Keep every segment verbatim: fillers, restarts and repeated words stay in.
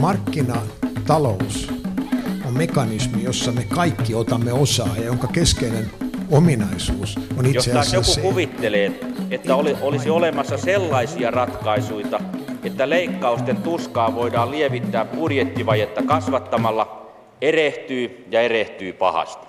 Markkinatalous on mekanismi, jossa me kaikki otamme osaa ja jonka keskeinen ominaisuus on itse asiassa Jos taas se. joku kuvittelee, että oli, olisi olemassa sellaisia ratkaisuja, että leikkausten tuskaa voidaan lievittää budjettivajetta kasvattamalla, erehtyy ja erehtyy pahasti.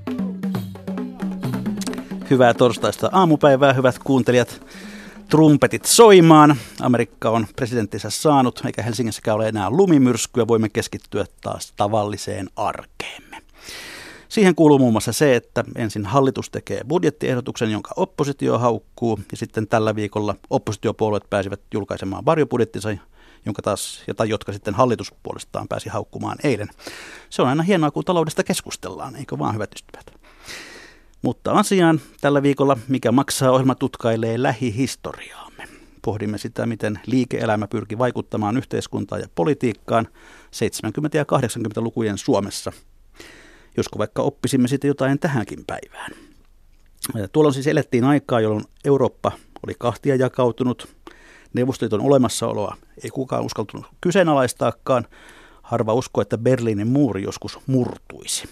Hyvää torstaista aamupäivää, hyvät kuuntelijat. Trumpetit soimaan. Amerikka on presidenttinsä saanut, eikä Helsingissäkään ole enää lumimyrskyä. Voimme keskittyä taas tavalliseen arkeemme. Siihen kuuluu muun muassa se, että ensin hallitus tekee budjettiehdotuksen, jonka oppositio haukkuu, ja sitten tällä viikolla oppositiopuolueet pääsivät julkaisemaan varjobudjettinsa, jonka taas, jota, jotka sitten hallitus puolestaan pääsi haukkumaan eilen. Se on aina hienoa, kun taloudesta keskustellaan, eikö vaan, hyvät ystävät? Mutta asiaan tällä viikolla, mikä maksaa, ohjelma tutkailee lähihistoriaamme. Pohdimme sitä, miten liike-elämä pyrki vaikuttamaan yhteiskuntaan ja politiikkaan seitsemänkymmentä- ja kahdeksankymmentälukujen Suomessa. Josko vaikka oppisimme sitten jotain tähänkin päivään. Tuolloin siis elettiin aikaa, jolloin Eurooppa oli kahtia jakautunut. Neuvostoliiton olemassaoloa ei kukaan uskaltunut kyseenalaistaakaan. Harva uskoi, että Berliinin muuri joskus murtuisi.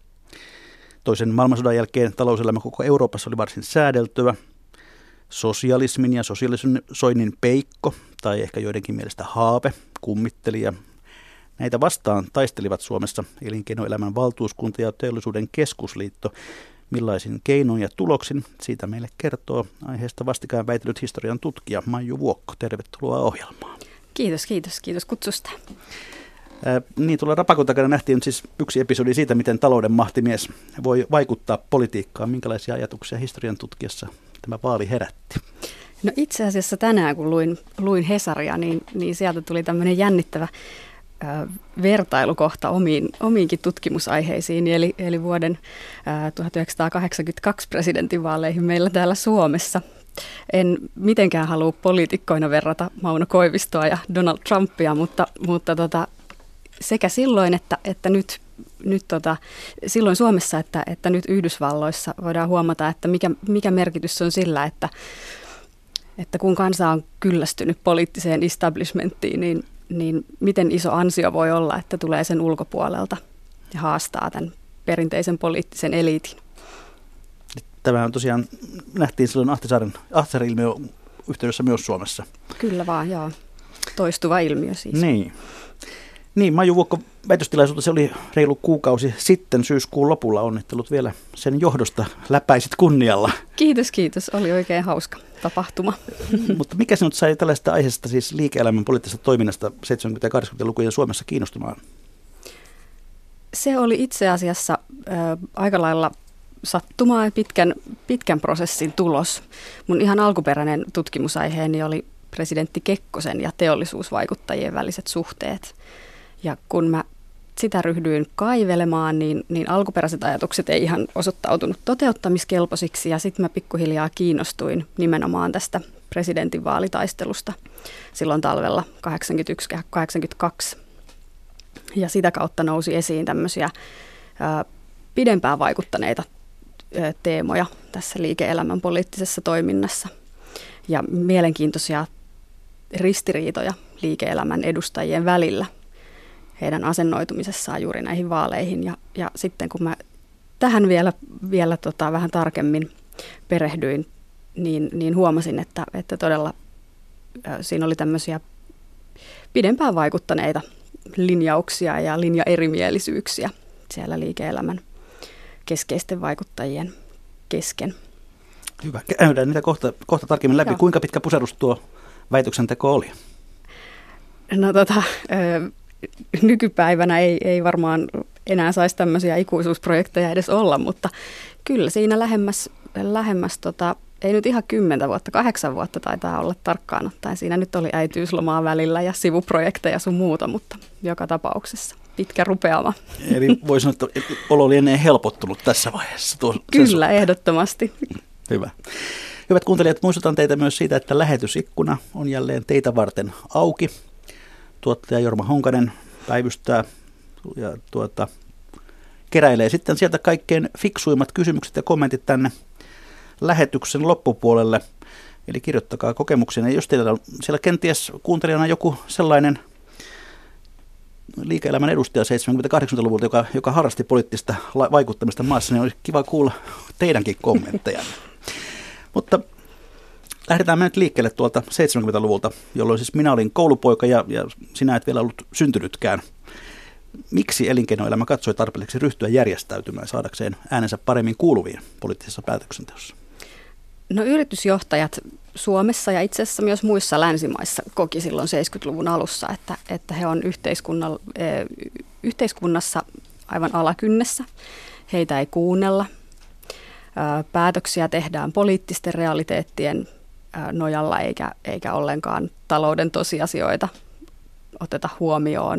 Toisen maailmansodan jälkeen talouselämä koko Euroopassa oli varsin säädeltyä. Sosialismin ja sosialisoinnin peikko, tai ehkä joidenkin mielestä haave, kummitteli ja näitä vastaan taistelivat Suomessa elinkeinoelämän valtuuskunta ja teollisuuden keskusliitto. Millaisin keinoin ja tuloksin, siitä meille kertoo aiheesta vastikään väitellyt historian tutkija Maiju Vuokko. Tervetuloa ohjelmaan. Kiitos, kiitos, kiitos kutsusta. Ää, niin, tuolla Rapakon takana nähtiin siis yksi episodi siitä, miten talouden mahtimies voi vaikuttaa politiikkaan. Minkälaisia ajatuksia historian tutkijassa tämä vaali herätti? No itse asiassa tänään, kun luin, luin Hesaria, niin, niin sieltä tuli tämmöinen jännittävä äh, vertailukohta omiin, omiinkin tutkimusaiheisiin, eli, eli vuoden äh, tuhatyhdeksänsataakahdeksankymmentäkaksi presidentinvaaleihin meillä täällä Suomessa. En mitenkään halua poliitikkoina verrata Mauno Koivistoa ja Donald Trumpia, mutta, mutta tota, sekä silloin että, että nyt, nyt tota, silloin Suomessa että, että nyt Yhdysvalloissa voidaan huomata, että mikä, mikä merkitys on sillä, että, että kun kansa on kyllästynyt poliittiseen establishmenttiin, niin, niin miten iso ansio voi olla, että tulee sen ulkopuolelta ja haastaa tämän perinteisen poliittisen eliitin. Tämä on tosiaan, nähtiin silloin Ahtisaaren, Ahtisaaren ilmiö yhteydessä myös Suomessa. Kyllä vaan, joo. Toistuva ilmiö siis. Niin. Niin, Maiju Vuokko, väitöstilaisuutta se oli reilu kuukausi sitten syyskuun lopulla. Onnittelut vielä sen johdosta. Läpäisit kunnialla. Kiitos, kiitos. Oli oikein hauska tapahtuma. Mutta mikä sinut sai tällaista aiheesta, siis liike-elämän poliittisesta toiminnasta seitsemänkymmentä- ja kahdeksankymmentälukujen Suomessa kiinnostumaan? Se oli itse asiassa äh, aika lailla sattumaa ja pitkän, pitkän prosessin tulos. Mun ihan alkuperäinen tutkimusaiheeni oli presidentti Kekkosen ja teollisuusvaikuttajien väliset suhteet. Ja kun mä sitä ryhdyin kaivelemaan, niin, niin alkuperäiset ajatukset ei ihan osoittautunut toteuttamiskelpoisiksi. Ja sitten mä pikkuhiljaa kiinnostuin nimenomaan tästä presidentinvaalitaistelusta silloin talvella kahdeksankymmentäyksi kahdeksankymmentäkaksi. Ja sitä kautta nousi esiin tämmöisiä ää, pidempään vaikuttaneita ää, teemoja tässä liike-elämän poliittisessa toiminnassa. Ja mielenkiintoisia ristiriitoja liike-elämän edustajien välillä heidän asennoitumisessaan juuri näihin vaaleihin. Ja, ja sitten kun mä tähän vielä, vielä tota, vähän tarkemmin perehdyin, niin, niin huomasin, että, että todella äh, siinä oli tämmöisiä pidempään vaikuttaneita linjauksia ja linjaerimielisyyksiä siellä liike-elämän keskeisten vaikuttajien kesken. Hyvä. Käydään niitä kohta, kohta tarkemmin läpi. Joo. Kuinka pitkä puserus tuo väitöksenteko oli? No tota, ö, nykypäivänä ei, ei varmaan enää saisi tämmöisiä ikuisuusprojekteja edes olla, mutta kyllä siinä lähemmäs, lähemmäs tota, ei nyt ihan kymmentä vuotta, kahdeksan vuotta taitaa olla tarkkaan ottaen. Siinä nyt oli äitiyslomaa välillä ja sivuprojekteja sun muuta, mutta joka tapauksessa pitkä rupeama. Eli voi sanoa, että olo oli ennen helpottunut tässä vaiheessa. Tuo, kyllä, ehdottomasti. Hyvä. Hyvät kuuntelijat, muistutan teitä myös siitä, että lähetysikkuna on jälleen teitä varten auki. Tuottaja Jorma Honkanen päivystää ja tuota, keräilee sitten sieltä kaikkein fiksuimmat kysymykset ja kommentit tänne lähetyksen loppupuolelle. Eli kirjoittakaa kokemuksia. Jos teillä on siellä kenties kuuntelijana joku sellainen liike-elämän edustaja seitsemänkymmentä-kahdeksankymmentäluvulta, joka, joka harrasti poliittista vaikuttamista maassa, niin olisi kiva kuulla teidänkin kommentteja. Mutta lähdetään me nyt liikkeelle tuolta seitsemänkymmentäluvulta, jolloin siis minä olin koulupoika ja, ja sinä et vielä ollut syntynytkään. Miksi elinkeinoelämä katsoi tarpeelliseksi ryhtyä järjestäytymään saadakseen äänensä paremmin kuuluviin poliittisessa päätöksenteossa? No yritysjohtajat Suomessa ja itse asiassa myös muissa länsimaissa koki silloin seitsemänkymmentäluvun alussa, että, että he on yhteiskunnassa aivan alakynnessä. Heitä ei kuunnella. Päätöksiä tehdään poliittisten realiteettien nojalla eikä, eikä ollenkaan talouden tosiasioita oteta huomioon.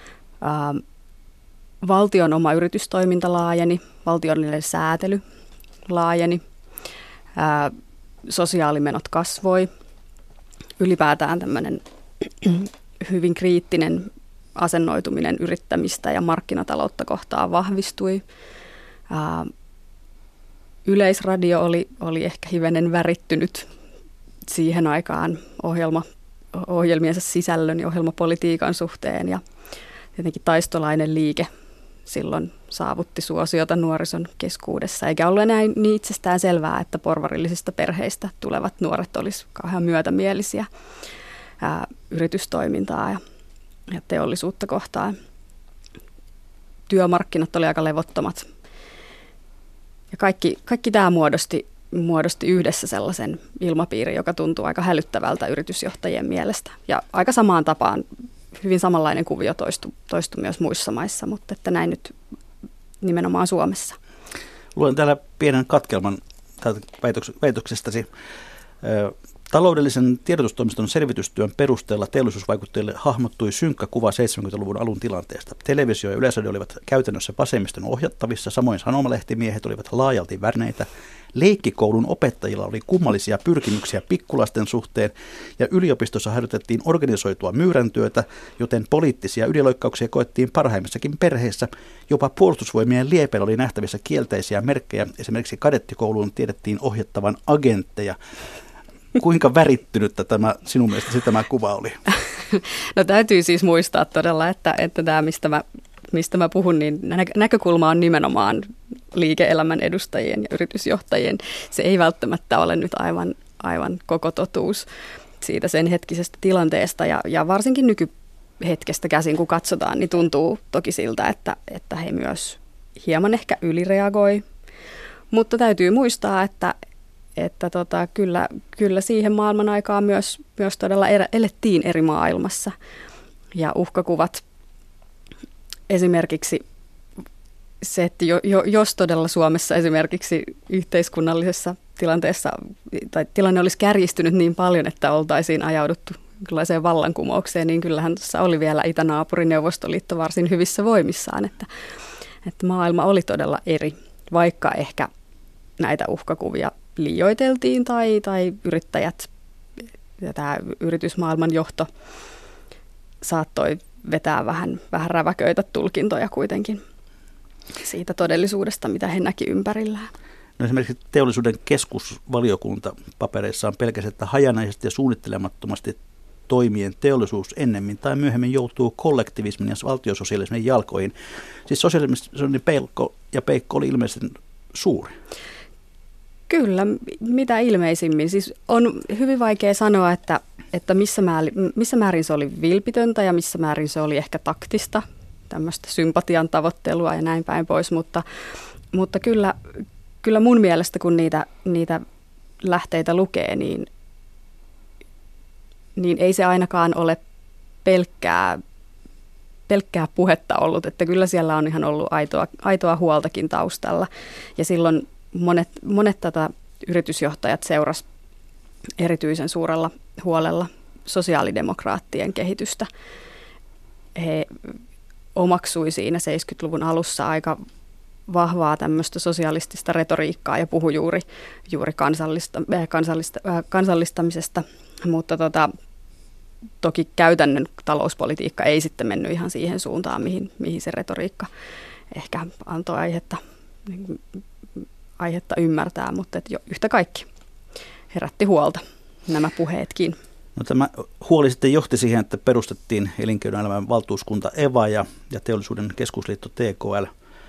Valtion oma yritystoiminta laajeni, valtiollinen säätely laajeni. Ää, sosiaalimenot kasvoi. Ylipäätään tämmöinen hyvin kriittinen asennoituminen yrittämistä ja markkinataloutta kohtaan vahvistui. Ää, yleisradio oli, oli ehkä hivenen värittynyt siihen aikaan ohjelma, ohjelmiensa sisällön ja ohjelmapolitiikan suhteen ja tietenkin taistolainen liike silloin saavutti suosiota nuorison keskuudessa, eikä ollut enää niin itsestään selvää, että porvarillisista perheistä tulevat nuoret olisivat kauhean myötämielisiä ää, yritystoimintaa ja, ja teollisuutta kohtaan. Työmarkkinat oli aika levottomat. Ja kaikki, kaikki tämä muodosti, muodosti yhdessä sellaisen ilmapiirin, joka tuntuu aika hälyttävältä yritysjohtajien mielestä. Ja aika samaan tapaan hyvin samanlainen kuvio toistui, toistui myös muissa maissa, mutta että näin nyt nimenomaan Suomessa. Luen täällä pienen katkelman tältä väitöksestäsi. Taloudellisen tiedotustoimiston selvitystyön perusteella teollisuusvaikuttajille hahmottui synkkä kuva seitsemänkymmentäluvun alun tilanteesta. Televisio ja yleisradio olivat käytännössä vasemmiston ohjattavissa, samoin sanomalehtimiehet olivat laajalti värneitä. Leikkikoulun opettajilla oli kummallisia pyrkimyksiä pikkulasten suhteen ja yliopistossa harjoitettiin organisoitua myyräntyötä, joten poliittisia yliloikkauksia koettiin parhaimmissakin perheissä. Jopa puolustusvoimien liepeillä oli nähtävissä kielteisiä merkkejä, esimerkiksi kadettikouluun tiedettiin ohjattavan agentteja. Kuinka värittynyttä tämä sinun mielestäsi tämä kuva oli? No täytyy siis muistaa todella, että, että tämä mistä mä, mistä mä puhun, niin näkökulma on nimenomaan liike-elämän edustajien ja yritysjohtajien. Se ei välttämättä ole nyt aivan, aivan koko totuus siitä sen hetkisestä tilanteesta ja, ja varsinkin nykyhetkestä käsin, kun katsotaan, niin tuntuu toki siltä, että, että he myös hieman ehkä ylireagoi, mutta täytyy muistaa, että Että tota, kyllä, kyllä siihen maailman aikaan myös, myös todella elettiin eri maailmassa. Ja uhkakuvat, esimerkiksi se, että jo, jo, jos todella Suomessa esimerkiksi yhteiskunnallisessa tilanteessa, tai tilanne olisi kärjistynyt niin paljon, että oltaisiin ajauduttu jonkinlaiseen vallankumoukseen, niin kyllähän tuossa oli vielä itänaapurin Neuvostoliitto varsin hyvissä voimissaan, että, että maailma oli todella eri, vaikka ehkä näitä uhkakuvia liioiteltiin tai, tai yrittäjät ja tämä yritysmaailman johto saattoi vetää vähän, vähän räväköitä tulkintoja kuitenkin siitä todellisuudesta, mitä he näki ympärillään. No esimerkiksi teollisuuden keskusvaliokunta papereissaan pelkäsi, että hajanaisesti ja suunnittelemattomasti toimien teollisuus ennemmin tai myöhemmin joutuu kollektivismin ja valtiososialismin jalkoihin. Siis sosialismin pelko ja peikko oli ilmeisen suuri. Kyllä, mitä ilmeisimmin. Siis on hyvin vaikea sanoa, että, että missä, määrin, missä määrin se oli vilpitöntä ja missä määrin se oli ehkä taktista, tämmöistä sympatian tavoittelua ja näin päin pois, mutta, mutta kyllä, kyllä mun mielestä, kun niitä, niitä lähteitä lukee, niin, niin ei se ainakaan ole pelkkää, pelkkää puhetta ollut, että kyllä siellä on ihan ollut aitoa, aitoa huoltakin taustalla ja silloin Monet, monet tätä yritysjohtajat seurasi erityisen suurella huolella sosiaalidemokraattien kehitystä. He omaksui siinä seitsemänkymmentäluvun alussa aika vahvaa tämmöistä sosialistista retoriikkaa ja puhui juuri, juuri kansallista, äh, kansallista, äh, kansallistamisesta, mutta tota, toki käytännön talouspolitiikka ei sitten mennyt ihan siihen suuntaan, mihin, mihin se retoriikka ehkä antoi aihetta niin, aihetta ymmärtää, mutta että jo yhtä kaikki herätti huolta nämä puheetkin. No, tämä huoli sitten johti siihen, että perustettiin elinkeinoelämän valtuuskunta EVA ja, ja teollisuuden keskusliitto T K L.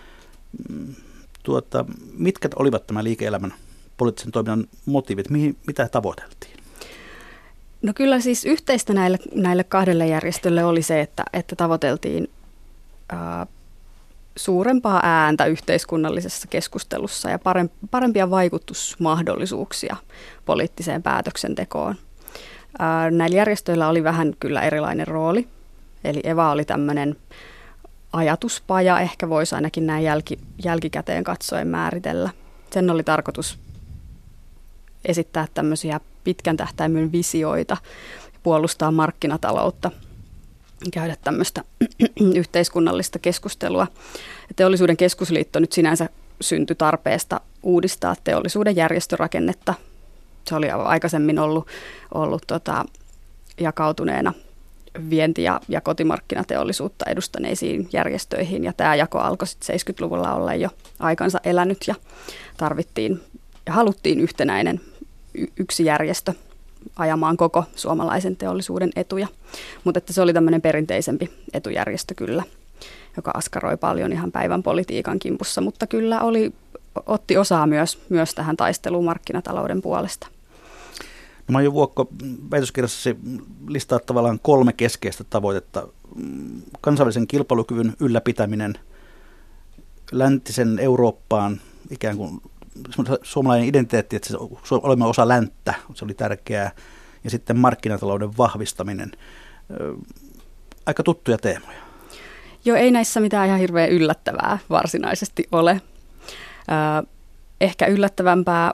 Tuota, mitkä olivat tämän liike-elämän poliittisen toiminnan motiivit? Mihin, mitä tavoiteltiin? No kyllä siis yhteistä näille, näille kahdelle järjestölle oli se, että, että tavoiteltiin ää, suurempaa ääntä yhteiskunnallisessa keskustelussa ja parempia vaikutusmahdollisuuksia poliittiseen päätöksentekoon. Ää, näillä järjestöillä oli vähän kyllä erilainen rooli, eli EVA oli tämmöinen ajatuspaja, ehkä voisi ainakin näin jälki, jälkikäteen katsoen määritellä. Sen oli tarkoitus esittää tämmöisiä pitkän tähtäimen visioita, puolustaa markkinataloutta, käydä tämmöistä yhteiskunnallista keskustelua. Teollisuuden keskusliitto nyt sinänsä syntyi tarpeesta uudistaa teollisuuden järjestörakennetta. Se oli aikaisemmin ollut, ollut tota, jakautuneena vienti- ja, ja kotimarkkinateollisuutta edustaneisiin järjestöihin. Ja tämä jako alkoi sitten seitsemänkymmentäluvulla olla jo aikansa elänyt ja tarvittiin ja haluttiin yhtenäinen y- yksi järjestö ajamaan koko suomalaisen teollisuuden etuja. Mutta että se oli tämmöinen perinteisempi etujärjestö kyllä, joka askaroi paljon ihan päivän politiikan kimpussa, mutta kyllä oli, otti osaa myös, myös tähän taisteluun markkinatalouden puolesta. No Maiju Vuokko, väitöskirjassasi listaa tavallaan kolme keskeistä tavoitetta. Kansainvälisen kilpailukyvyn ylläpitäminen, läntisen Eurooppaan ikään kuin suomalainen identiteetti, että olemme osa länttä, se oli tärkeää, ja sitten markkinatalouden vahvistaminen. Aika tuttuja teemoja. Joo, ei näissä mitään ihan hirveän yllättävää varsinaisesti ole. Ehkä yllättävämpää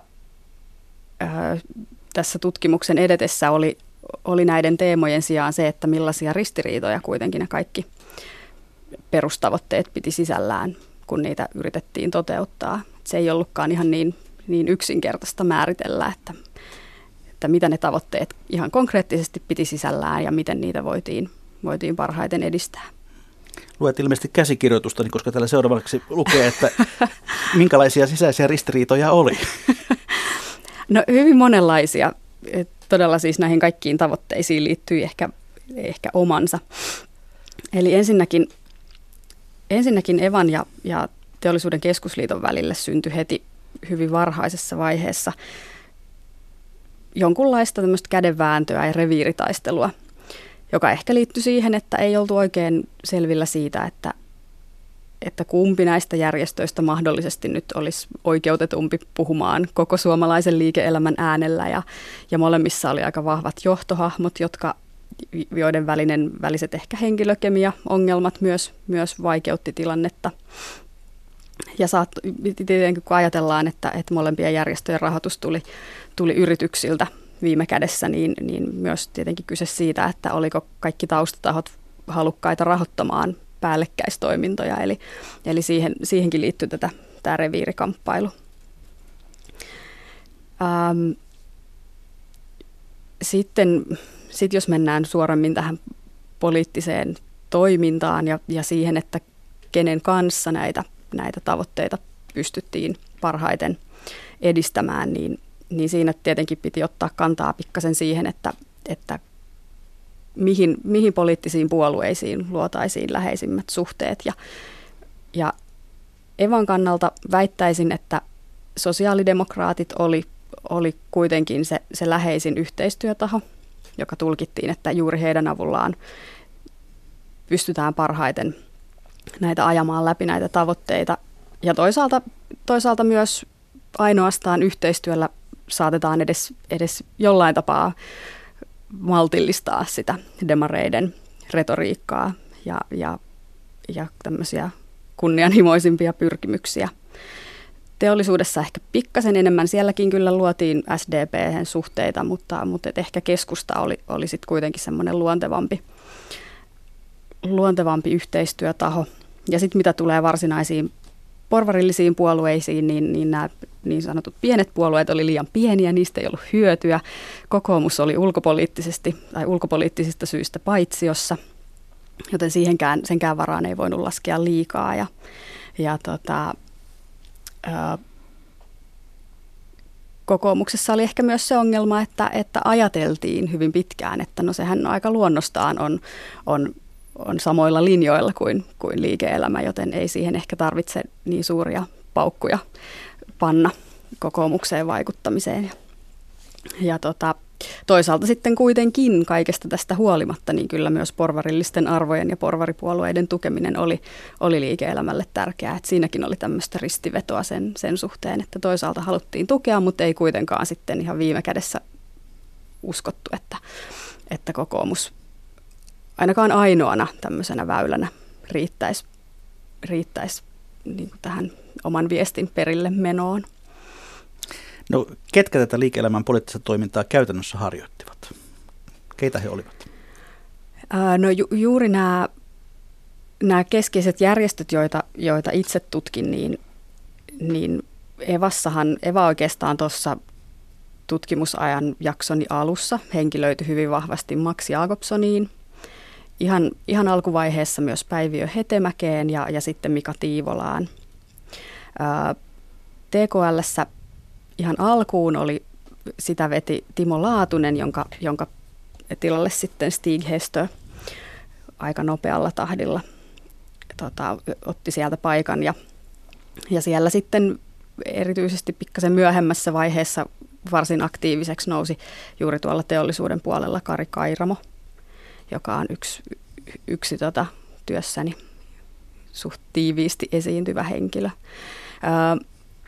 tässä tutkimuksen edetessä oli, oli näiden teemojen sijaan se, että millaisia ristiriitoja kuitenkin ne kaikki perustavoitteet piti sisällään, kun niitä yritettiin toteuttaa. Se ei ollutkaan ihan niin, niin yksinkertaista määritellä, että, että mitä ne tavoitteet ihan konkreettisesti piti sisällään ja miten niitä voitiin, voitiin parhaiten edistää. Luet ilmeisesti käsikirjoitustani, koska täällä seuraavaksi lukee, että minkälaisia sisäisiä ristiriitoja oli. No hyvin monenlaisia. Todella siis näihin kaikkiin tavoitteisiin liittyy ehkä, ehkä omansa. Eli ensinnäkin, ensinnäkin EVAn ja, ja Teollisuuden keskusliiton välille syntyi heti hyvin varhaisessa vaiheessa jonkunlaista tämmöistä kädenvääntöä ja reviiritaistelua, joka ehkä liittyi siihen, että ei oltu oikein selvillä siitä, että, että kumpi näistä järjestöistä mahdollisesti nyt olisi oikeutetumpi puhumaan koko suomalaisen liike-elämän äänellä. Ja, ja molemmissa oli aika vahvat johtohahmot, jotka, joiden välinen, väliset ehkä henkilökemia-ongelmat myös, myös vaikeutti tilannetta. Ja saat, tietenkin kun ajatellaan, että, että molempien järjestöjen rahoitus tuli, tuli yrityksiltä viime kädessä, niin, niin myös tietenkin kyse siitä, että oliko kaikki taustatahot halukkaita rahoittamaan päällekkäistoimintoja, eli, eli siihen, siihenkin liittyy tätä, tämä reviirikamppailu. Ähm, sitten sit jos mennään suoremmin tähän poliittiseen toimintaan ja, ja siihen, että kenen kanssa näitä, näitä tavoitteita pystyttiin parhaiten edistämään, niin, niin siinä tietenkin piti ottaa kantaa pikkasen siihen, että, että mihin, mihin poliittisiin puolueisiin luotaisiin läheisimmät suhteet. Ja, ja EVAn kannalta väittäisin, että sosiaalidemokraatit oli, oli kuitenkin se, se läheisin yhteistyötaho, joka tulkittiin, että juuri heidän avullaan pystytään parhaiten näitä ajamaan läpi näitä tavoitteita. Ja toisaalta, toisaalta myös ainoastaan yhteistyöllä saatetaan edes, edes jollain tapaa maltillistaa sitä demareiden retoriikkaa ja, ja, ja tämmöisiä kunnianhimoisimpia pyrkimyksiä. Teollisuudessa ehkä pikkasen enemmän, sielläkin kyllä luotiin S D P:hen suhteita, mutta, mutta ehkä keskusta oli, oli sitten kuitenkin semmoinen luontevampi, luontevampi yhteistyötaho. Ja sitten mitä tulee varsinaisiin porvarillisiin puolueisiin, niin, niin nämä niin sanotut pienet puolueet oli liian pieniä, niistä ei ollut hyötyä. Kokoomus oli ulkopoliittisesti tai ulkopoliittisista syistä paitsiossa, joten siihenkään, senkään varaan ei voinut laskea liikaa. Ja, ja tota, ää, kokoomuksessa oli ehkä myös se ongelma, että, että ajateltiin hyvin pitkään, että no sehän aika luonnostaan on, on, on samoilla linjoilla kuin, kuin liike-elämä, joten ei siihen ehkä tarvitse niin suuria paukkuja panna kokoomukseen vaikuttamiseen. Ja, ja tota, toisaalta sitten kuitenkin kaikesta tästä huolimatta, niin kyllä myös porvarillisten arvojen ja porvaripuolueiden tukeminen oli, oli liike-elämälle tärkeää. Et siinäkin oli tämmöistä ristivetoa sen, sen suhteen, että toisaalta haluttiin tukea, mutta ei kuitenkaan sitten ihan viime kädessä uskottu, että, että kokoomus ainakaan ainoana tämmöisenä väylänä riittäisi, riittäisi niin kuin tähän oman viestin perille menoon. No, ketkä tätä liike-elämän poliittista toimintaa käytännössä harjoittivat? Keitä he olivat? Ää, no ju, juuri nämä, nämä keskeiset järjestöt, joita, joita itse tutkin, niin, niin Evassahan, Eva oikeastaan tuossa tutkimusajan jaksoni alussa henkilöityi hyvin vahvasti Max Jakobsoniin. Ihan, ihan alkuvaiheessa myös Päiviö Hetemäkeen ja, ja sitten Mika Tiivolaan. Ää, T K L:ssä ihan alkuun oli, sitä veti Timo Laatunen, jonka, jonka tilalle sitten Stig Hestö aika nopealla tahdilla tota, otti sieltä paikan. Ja, ja siellä sitten erityisesti pikkasen myöhemmässä vaiheessa varsin aktiiviseksi nousi juuri tuolla teollisuuden puolella Kari Kairamo, joka on yksi, yksi tota, työssäni suht tiiviisti esiintyvä henkilö. Öö,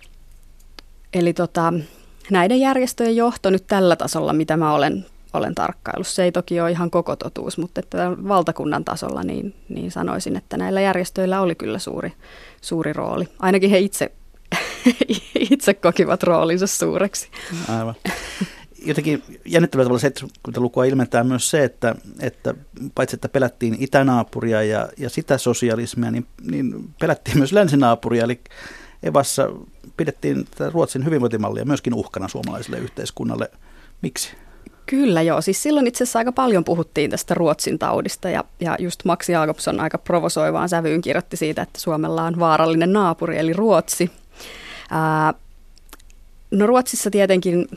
Eli tota, näiden järjestöjen johto nyt tällä tasolla, mitä mä olen, olen tarkkaillut, se ei toki ole ihan koko totuus, mutta että valtakunnan tasolla niin, niin sanoisin, että näillä järjestöillä oli kyllä suuri, suuri rooli. Ainakin he itse, itse kokivat roolinsa suureksi. Aivan. Jotenkin jännittävällä tavalla seitsemänkymmentälukua ilmentää myös se, että, että paitsi että pelättiin itänaapuria ja, ja sitä sosialismia, niin, niin pelättiin myös länsinaapuria, eli Evassa pidettiin tätä Ruotsin hyvinvointimallia myöskin uhkana suomalaiselle yhteiskunnalle. Miksi? Kyllä joo, siis silloin itse asiassa aika paljon puhuttiin tästä Ruotsin taudista ja, ja just Max Jakobson aika provosoivaan sävyyn kirjoitti siitä, että Suomella on vaarallinen naapuri eli Ruotsi. Ää, no Ruotsissa tietenkin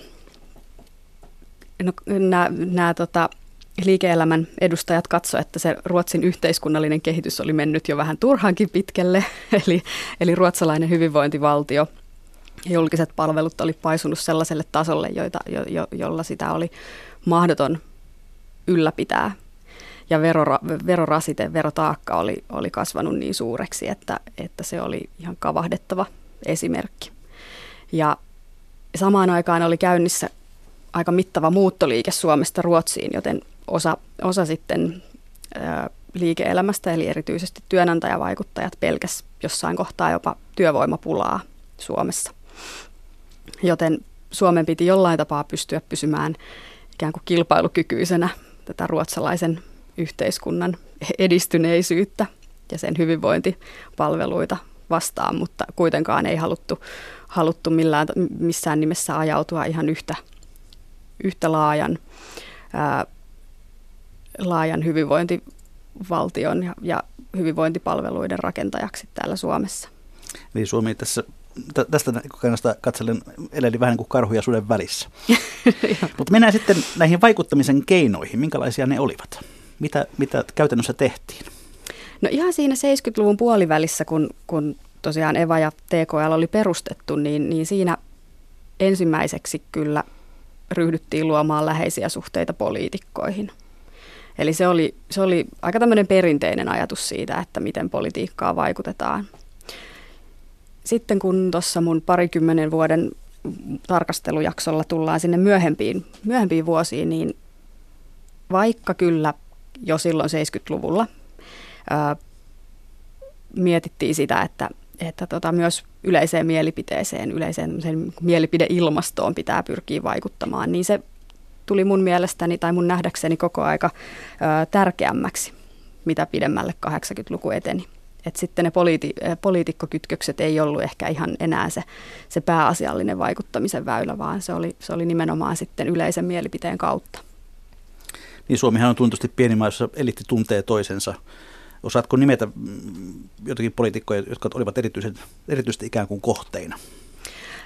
no, nämä tota, liike-elämän edustajat katsoivat, että se Ruotsin yhteiskunnallinen kehitys oli mennyt jo vähän turhankin pitkälle, eli, eli ruotsalainen hyvinvointivaltio ja julkiset palvelut oli paisunut sellaiselle tasolle, joita, jo, jo, jolla sitä oli mahdoton ylläpitää. Ja verora, verorasite, verotaakka oli, oli kasvanut niin suureksi, että, että se oli ihan kavahdettava esimerkki. Ja samaan aikaan oli käynnissä aika mittava muuttoliike Suomesta Ruotsiin, joten osa, osa sitten ää, liike-elämästä, eli erityisesti työnantajavaikuttajat pelkäs jossain kohtaa jopa työvoimapulaa Suomessa. Joten Suomen piti jollain tapaa pystyä pysymään ikään kuin kilpailukykyisenä tätä ruotsalaisen yhteiskunnan edistyneisyyttä ja sen hyvinvointipalveluita vastaan, mutta kuitenkaan ei haluttu, haluttu millään, missään nimessä ajautua ihan yhtä, yhtä laajan, ää, laajan hyvinvointivaltion ja, ja hyvinvointipalveluiden rakentajaksi täällä Suomessa. Eli Suomi tässä, tästä näkökulmasta katsellen eleli vähän niin kuin karhu ja suden välissä. Mutta mennään sitten näihin vaikuttamisen keinoihin. Minkälaisia ne olivat? Mitä, mitä käytännössä tehtiin? No ihan siinä seitsemänkymmentäluvun puolivälissä, kun, kun tosiaan Eva ja T K L oli perustettu, niin, niin siinä ensimmäiseksi kyllä ryhdyttiin luomaan läheisiä suhteita poliitikkoihin. Eli se oli, se oli aika tämmöinen perinteinen ajatus siitä, että miten politiikkaa vaikutetaan. Sitten kun tuossa mun parikymmenen vuoden tarkastelujaksolla tullaan sinne myöhempiin, myöhempiin vuosiin, niin vaikka kyllä jo silloin seitsemänkymmentäluvulla ää, mietittiin sitä, että, että tota, myös yleiseen mielipiteeseen, yleiseen sen mielipideilmastoon pitää pyrkiä vaikuttamaan, niin se tuli mun mielestäni tai mun nähdäkseni koko aika ää, tärkeämmäksi, mitä pidemmälle kahdeksankymmentäluku eteni. Et sitten ne poliiti- poliitikkokytkökset ei ollut ehkä ihan enää se, se pääasiallinen vaikuttamisen väylä, vaan se oli, se oli nimenomaan sitten yleisen mielipiteen kautta. Niin Suomihan on tuntusti pieni maa, jossa eliitti tuntee toisensa. Osaatko nimetä jotakin poliitikkoja, jotka olivat erityisen, erityisesti ikään kuin kohteina?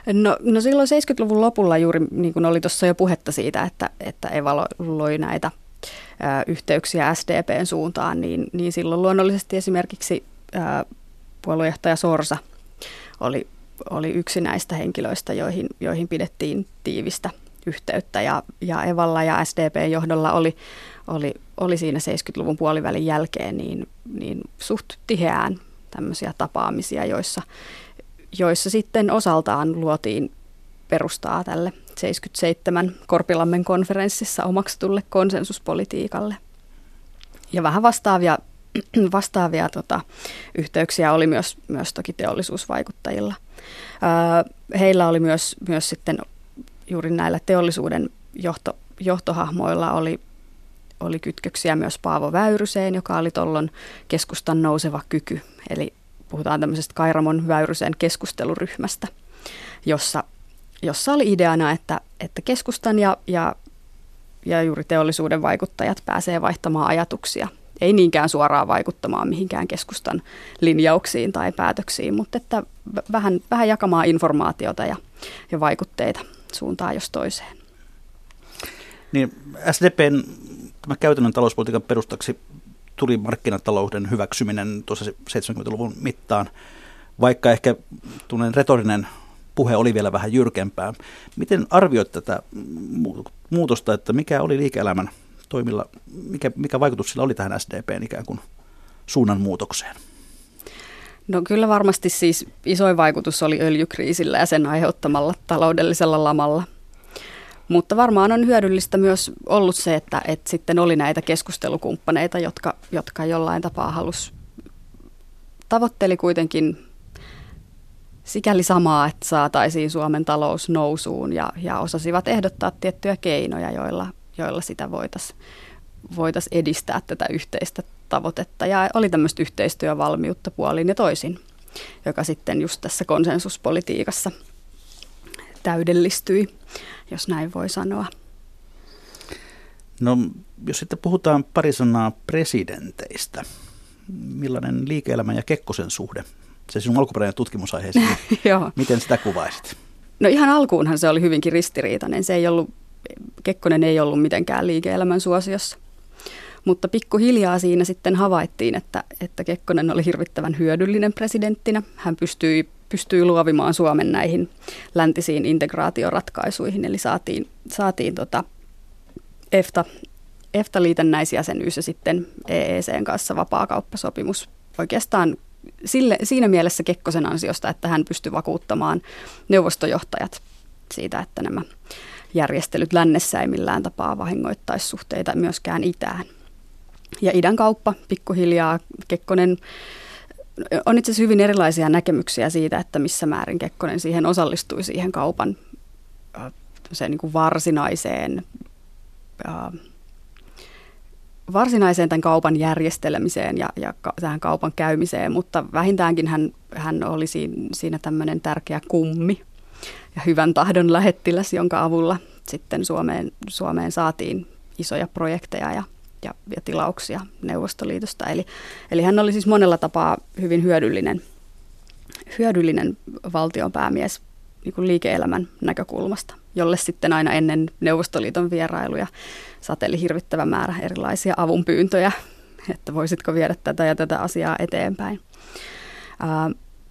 No, no silloin seitsemänkymmentäluvun lopulla juuri niin kuin oli tuossa jo puhetta siitä, että, että Eva loi näitä ä, yhteyksiä S D P:n suuntaan, niin, niin silloin luonnollisesti esimerkiksi ä, puoluejohtaja Sorsa oli, oli yksi näistä henkilöistä, joihin, joihin pidettiin tiivistä yhteyttä ja, ja Evalla ja S D P:n johdolla oli, oli, oli siinä seitsemänkymmentäluvun puolivälin jälkeen niin, niin suht tiheään tämmöisiä tapaamisia, joissa, joissa sitten osaltaan luotiin perustaa tälle seitsemänkymmentäseitsemän Korpilammen konferenssissa omaksutulle konsensuspolitiikalle. Ja vähän vastaavia, vastaavia tota, yhteyksiä oli myös, myös toki teollisuusvaikuttajilla. Öö, heillä oli myös, myös sitten juuri näillä teollisuuden johto, johtohahmoilla oli, oli kytköksiä myös Paavo Väyryseen, joka oli tollon keskustan nouseva kyky. Eli puhutaan tämmöisestä Kairamon Väyrysen keskusteluryhmästä, jossa, jossa oli ideana, että, että keskustan ja, ja, ja juuri teollisuuden vaikuttajat pääsee vaihtamaan ajatuksia. Ei niinkään suoraan vaikuttamaan mihinkään keskustan linjauksiin tai päätöksiin, mutta että vähän, vähän jakamaan informaatiota ja, ja vaikutteita suuntaan jos toiseen. Niin S D P:n tämä käytännön talouspolitiikan perustaksi tuli markkinatalouden hyväksyminen tuossa seitsemänkymmentäluvun mittaan, vaikka ehkä tunnen retorinen puhe oli vielä vähän jyrkempää. Miten arvioit tätä muutosta, että mikä oli liike-elämän toimilla, mikä, mikä vaikutus sillä oli tähän S D P:n ikään kuin suunnan muutokseen? No kyllä varmasti siis isoin vaikutus oli öljykriisillä ja sen aiheuttamalla taloudellisella lamalla. Mutta varmaan on hyödyllistä myös ollut se, että, että sitten oli näitä keskustelukumppaneita, jotka, jotka jollain tapaa halus, tavoitteli kuitenkin sikäli samaa, että saataisiin Suomen talous nousuun ja, ja osasivat ehdottaa tiettyjä keinoja, joilla, joilla sitä voitaisiin voitais edistää tätä yhteistä tavoitetta. Ja oli tämmöistä yhteistyövalmiutta puolin ja toisin, joka sitten just tässä konsensuspolitiikassa täydellistyi, jos näin voi sanoa. No, jos sitten puhutaan pari sanaa presidenteistä, millainen liike-elämän ja Kekkosen suhde? Se sinun alkuperäinen tutkimusaiheesi, miten sitä kuvaisit? No ihan alkuunhan se oli hyvinkin ristiriitainen. Se ei ollut, Kekkonen ei ollut mitenkään liike-elämän suosiossa. Mutta pikkuhiljaa siinä sitten havaittiin, että, että Kekkonen oli hirvittävän hyödyllinen presidenttinä. Hän pystyi, pystyi luovimaan Suomen näihin läntisiin integraatioratkaisuihin, eli saatiin, saatiin tota EFTA, EFTA-liitännäisjäsenyys ja sitten E E C:n kanssa vapaakauppasopimus. Oikeastaan sille, siinä mielessä Kekkosen ansiosta, että hän pystyi vakuuttamaan neuvostojohtajat siitä, että nämä järjestelyt lännessä ei millään tapaa vahingoittaisi suhteita myöskään itään. Ja idän kauppa pikkuhiljaa Kekkonen, on itse asiassa hyvin erilaisia näkemyksiä siitä, että missä määrin Kekkonen siihen osallistui siihen kaupan se niin kuin varsinaiseen, äh, varsinaiseen tämän kaupan järjestelemiseen ja, ja tähän kaupan käymiseen, mutta vähintäänkin hän, hän oli siinä, siinä tämmöinen tärkeä kummi ja hyvän tahdon lähettiläs, jonka avulla sitten Suomeen, Suomeen saatiin isoja projekteja ja, ja, ja tilauksia Neuvostoliitosta. Eli, eli hän oli siis monella tapaa hyvin hyödyllinen, hyödyllinen valtionpäämies niin kuin liike-elämän näkökulmasta, jolle sitten aina ennen Neuvostoliiton vierailuja sateli hirvittävä määrä erilaisia avunpyyntöjä, että voisitko viedä tätä ja tätä asiaa eteenpäin. Ää,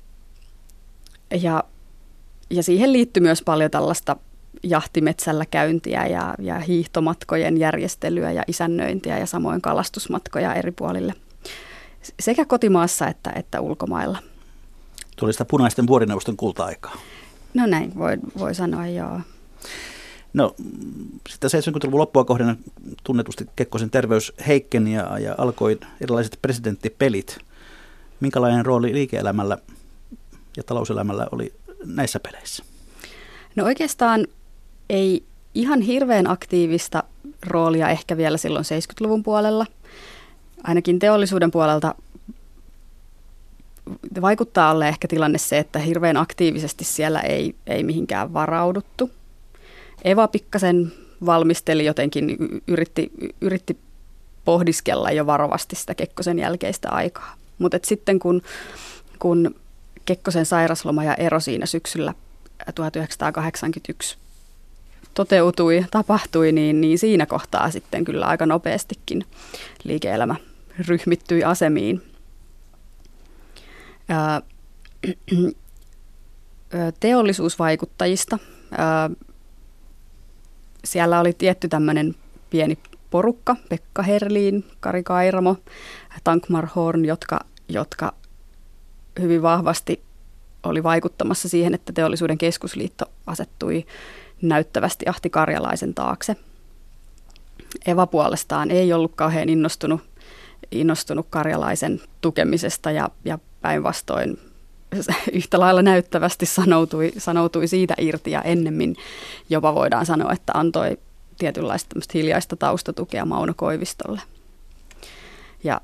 ja Ja siihen liittyy myös paljon tällaista jahtimetsällä käyntiä ja, ja hiihtomatkojen järjestelyä ja isännöintiä ja samoin kalastusmatkoja eri puolille sekä kotimaassa että, että ulkomailla. Tuli sitä punaisten vuorineuvoston kulta-aikaa. No näin voi, voi sanoa, joo. No sitten seitsemänkymmentäluvun loppua kohden tunnetusti Kekkosen terveys heikkeni ja, ja alkoi erilaiset presidenttipelit. Minkälainen rooli liike-elämällä ja talouselämällä oli näissä peleissä? No oikeastaan ei ihan hirveän aktiivista roolia ehkä vielä silloin seitsemänkymmentäluvun puolella. Ainakin teollisuuden puolelta vaikuttaa olla ehkä tilanne se, että hirveän aktiivisesti siellä ei, ei mihinkään varauduttu. Eva pikkasen valmisteli jotenkin, yritti, yritti pohdiskella jo varovasti sitä Kekkosen jälkeistä aikaa. Mutta sitten kun, kun Kekkosen sairasloma ja ero siinä syksyllä tuhatyhdeksänsataakahdeksankymmentäyksi toteutui, tapahtui, niin, niin siinä kohtaa sitten kyllä aika nopeastikin liike-elämä ryhmittyi asemiin. Ää, teollisuusvaikuttajista. Ää, siellä oli tietty tämmöinen pieni porukka, Pekka Herlin, Kari Kairamo, Tankmar Horn, jotka, jotka hyvin vahvasti oli vaikuttamassa siihen, että Teollisuuden keskusliitto asettui näyttävästi Ahti Karjalaisen taakse. Eva puolestaan ei ollut kauhean innostunut, innostunut Karjalaisen tukemisesta ja, ja päinvastoin yhtä lailla näyttävästi sanoutui, sanoutui siitä irti ja ennemmin jopa voidaan sanoa, että antoi tietynlaista hiljaista taustatukea Mauno Koivistolle. Ja,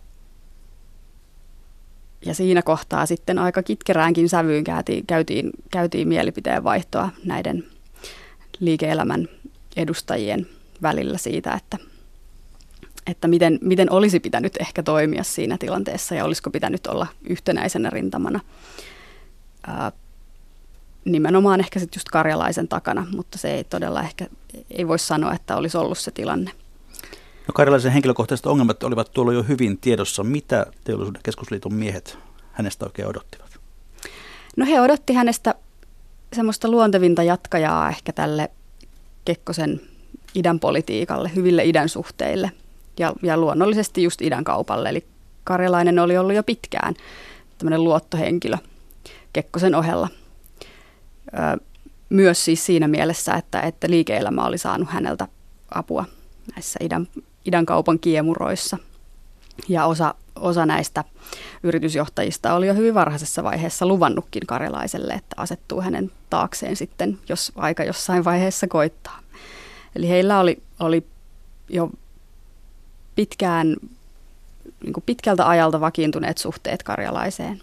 ja siinä kohtaa sitten aika kitkeräänkin sävyyn käytiin, käytiin, käytiin mielipiteen vaihtoa näiden liike-elämän edustajien välillä siitä, että, että miten, miten olisi pitänyt ehkä toimia siinä tilanteessa ja olisiko pitänyt olla yhtenäisenä rintamana. Ää, nimenomaan ehkä sitten just Karjalaisen takana, mutta se ei todella ehkä, ei voi sanoa, että olisi ollut se tilanne. No Karjalaisen henkilökohtaiset ongelmat olivat tuolla jo hyvin tiedossa. Mitä Teollisuuden keskusliiton miehet hänestä oikein odottivat? No he odotti hänestä semmoista luontevinta jatkajaa ehkä tälle Kekkosen idän politiikalle, hyville idän suhteille ja, ja luonnollisesti just idän kaupalle. Eli Karjalainen oli ollut jo pitkään tämmöinen luottohenkilö Kekkosen ohella. Ö, myös siis siinä mielessä, että, että liike-elämä oli saanut häneltä apua näissä idän, idän kaupan kiemuroissa. Ja osa, osa näistä yritysjohtajista oli jo hyvin varhaisessa vaiheessa luvannutkin Karjalaiselle, että asettuu hänen taakseen sitten, jos aika jossain vaiheessa koittaa. Eli heillä oli, oli jo pitkään, niin kuin pitkältä ajalta vakiintuneet suhteet Karjalaiseen.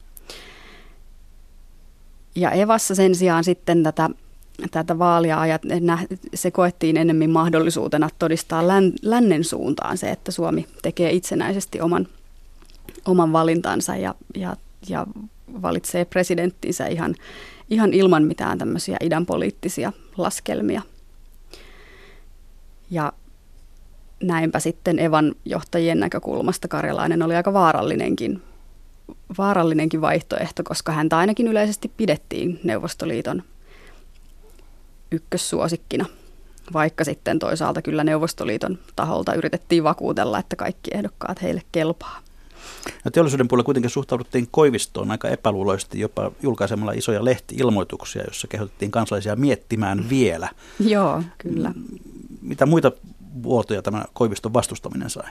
Ja Evassa sen sijaan sitten tätä, tätä vaalia ajat, se koettiin enemmän mahdollisuutena todistaa län, lännen suuntaan se, että Suomi tekee itsenäisesti oman, oman valintansa ja, ja, ja valitsee presidenttinsä ihan, ihan ilman mitään tämmöisiä idän poliittisia laskelmia. Ja näinpä sitten Evan johtajien näkökulmasta Karjalainen oli aika vaarallinenkin, vaarallinenkin vaihtoehto, koska häntä ainakin yleisesti pidettiin Neuvostoliiton ykkössuosikkina, vaikka sitten toisaalta kyllä Neuvostoliiton taholta yritettiin vakuutella, että kaikki ehdokkaat heille kelpaa. No Teollisuuden puolella kuitenkin suhtauduttiin Koivistoon aika epäluuloisesti, jopa julkaisemalla isoja lehti-ilmoituksia, joissa kehotettiin kansalaisia miettimään vielä. Joo, kyllä. Mitä muita vuotoja tämä Koiviston vastustaminen sai?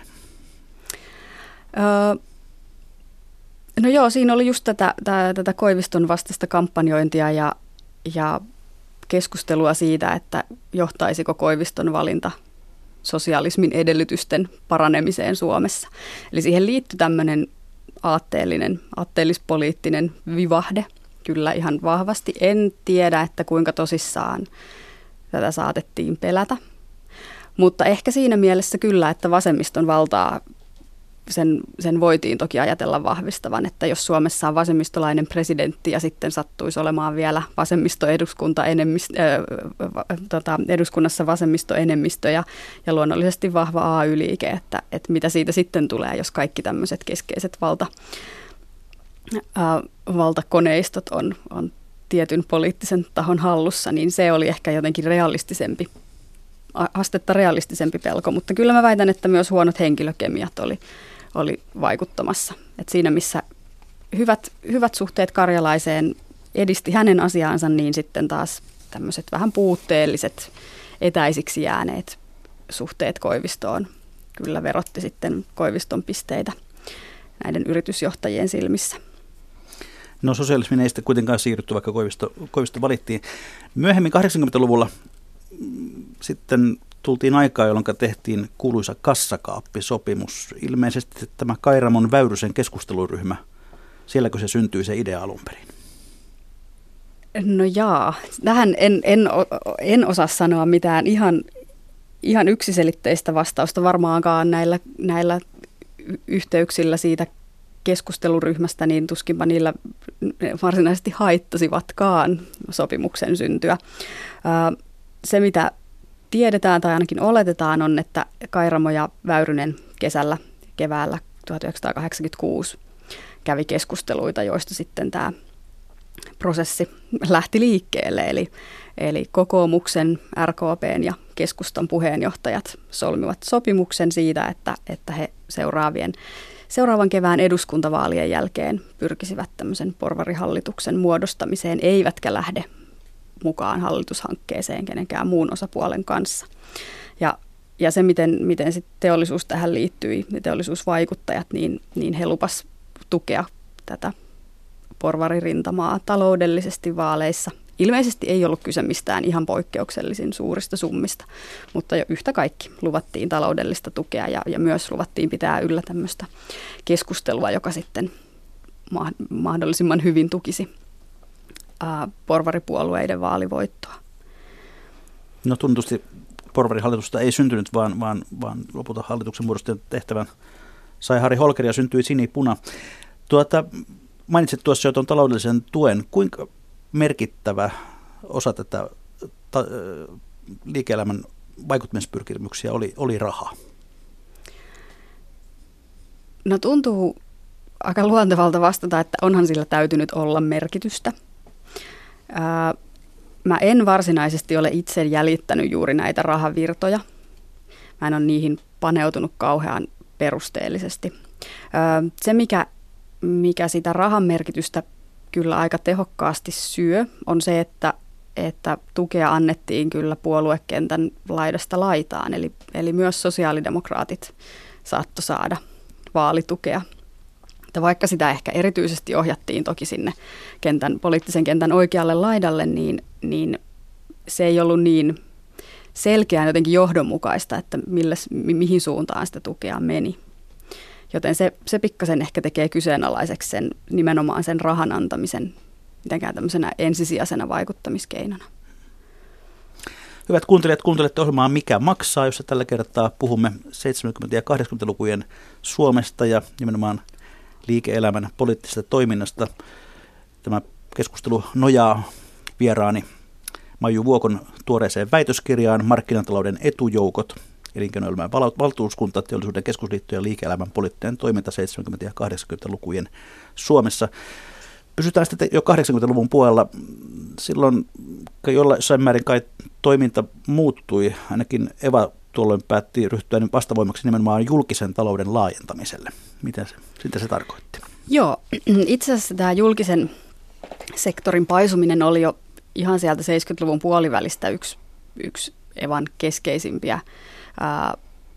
Öö, no joo, siinä oli just tätä, tätä, tätä Koiviston vastaista kampanjointia ja, ja keskustelua siitä, että johtaisiko Koiviston valinta sosialismin edellytysten paranemiseen Suomessa. Eli siihen liittyi tämmöinen aatteellinen, aatteellispoliittinen vivahde kyllä ihan vahvasti. En tiedä, että kuinka tosissaan tätä saatettiin pelätä, mutta ehkä siinä mielessä kyllä, että vasemmiston valtaa sen, sen voitiin toki ajatella vahvistavan, että jos Suomessa on vasemmistolainen presidentti ja sitten sattuisi olemaan vielä vasemmistoeduskunta enemmistö, äh, tota, eduskunnassa vasemmistoenemmistö ja, ja luonnollisesti vahva A Y-liike, että, että mitä siitä sitten tulee, jos kaikki tämmöiset keskeiset valta, äh, valtakoneistot on, on tietyn poliittisen tahon hallussa, niin se oli ehkä jotenkin realistisempi, astetta realistisempi pelko, mutta kyllä mä väitän, että myös huonot henkilökemiat oli, oli vaikuttamassa. Et siinä missä hyvät, hyvät suhteet Karjalaiseen edisti hänen asiaansa, niin sitten taas tämmöiset vähän puutteelliset, etäisiksi jääneet suhteet Koivistoon kyllä verotti sitten Koiviston pisteitä näiden yritysjohtajien silmissä. No sosialismin ei sitten kuitenkaan siirrytty, vaikka Koivisto, Koivisto valittiin. Myöhemmin kahdeksankymmentäluvulla sitten tultiin aikaa, jolloin tehtiin kuuluisa kassakaappisopimus. Ilmeisesti tämä Kairamon Väyrysen keskusteluryhmä, sielläkö se syntyi se idea alun perin? No jaa, tähän en, en, en osaa sanoa mitään ihan, ihan yksiselitteistä vastausta varmaankaan näillä, näillä yhteyksillä siitä keskusteluryhmästä, niin tuskinpa niillä varsinaisesti haittasivatkaan sopimuksen syntyä. Se, mitä tiedetään tai ainakin oletetaan, on, että Kairamo ja Väyrynen kesällä, keväällä tuhatyhdeksänsataakahdeksankymmentäkuusi kävi keskusteluita, joista sitten tämä prosessi lähti liikkeelle. Eli, eli kokoomuksen, R K P:n ja keskustan puheenjohtajat solmivat sopimuksen siitä, että, että he seuraavien, seuraavan kevään eduskuntavaalien jälkeen pyrkisivät tämmöisen porvarihallituksen muodostamiseen, eivätkä lähde mukaan hallitushankkeeseen kenenkään muun osapuolen kanssa. Ja, ja se, miten, miten sit teollisuus tähän liittyi, teollisuusvaikuttajat, niin, niin he lupas tukea tätä porvaririntamaa taloudellisesti vaaleissa. Ilmeisesti ei ollut kyse mistään ihan poikkeuksellisin suurista summista, mutta jo yhtä kaikki luvattiin taloudellista tukea ja, ja myös luvattiin pitää yllä tämmöistä keskustelua, joka sitten ma- mahdollisimman hyvin tukisi ää, porvaripuolueiden vaalivoittoa. No tuntusti porvarihallitusta ei syntynyt, vaan, vaan, vaan lopulta hallituksen muodostajan tehtävän sai Harri Holkeri ja syntyi Sinipuna. Tuota, mainitsit tuossa jo tuon taloudellisen tuen. Kuinka merkittävä osa tätä ta- liike-elämän vaikuttamispyrkimyksiä oli, oli raha? No tuntuu aika luontevalta vastata, että onhan sillä täytynyt olla merkitystä. Ää, mä en varsinaisesti ole itse jäljittänyt juuri näitä rahavirtoja. Mä en ole niihin paneutunut kauhean perusteellisesti. Ää, se, mikä, mikä sitä rahan merkitystä kyllä aika tehokkaasti syö, on se, että, että tukea annettiin kyllä puoluekentän laidasta laitaan. Eli, eli myös sosiaalidemokraatit saattoi saada vaalitukea. Että vaikka sitä ehkä erityisesti ohjattiin toki sinne kentän, poliittisen kentän oikealle laidalle, niin, niin se ei ollut niin selkeää jotenkin johdonmukaista, että milles, mi, mihin suuntaan sitä tukea meni. Joten se, se pikkasen ehkä tekee kyseenalaiseksi sen, nimenomaan sen rahan antamisen mitenkään tämmöisenä ensisijaisena vaikuttamiskeinona. Hyvät kuuntelijat, kuuntelette ohjelmaa Mikä maksaa, jossa tällä kertaa puhumme seitsemänkymmentä- ja kahdeksankymmentälukujen Suomesta ja nimenomaan liike-elämän poliittisesta toiminnasta. Tämä keskustelu nojaa vieraani Maiju Vuokon tuoreeseen väitöskirjaan Markkinatalouden etujoukot, elinkeinoelämän valtuuskunta, teollisuuden keskusliitto ja liike-elämän poliittinen toiminta seitsemänkymmentä- ja kahdeksankymmentälukujen Suomessa. Pysytään sitten jo kahdeksankymmentäluvun puolella. Silloin jossain määrin kai toiminta muuttui. Ainakin Eva tuolloin päätti ryhtyä vastavoimaksi nimenomaan julkisen talouden laajentamiselle. Mitä se, mitä se tarkoitti? Joo, itse asiassa tämä julkisen sektorin paisuminen oli jo ihan sieltä seitsemänkymmentäluvun puolivälistä yksi, yksi Evan keskeisimpiä ää,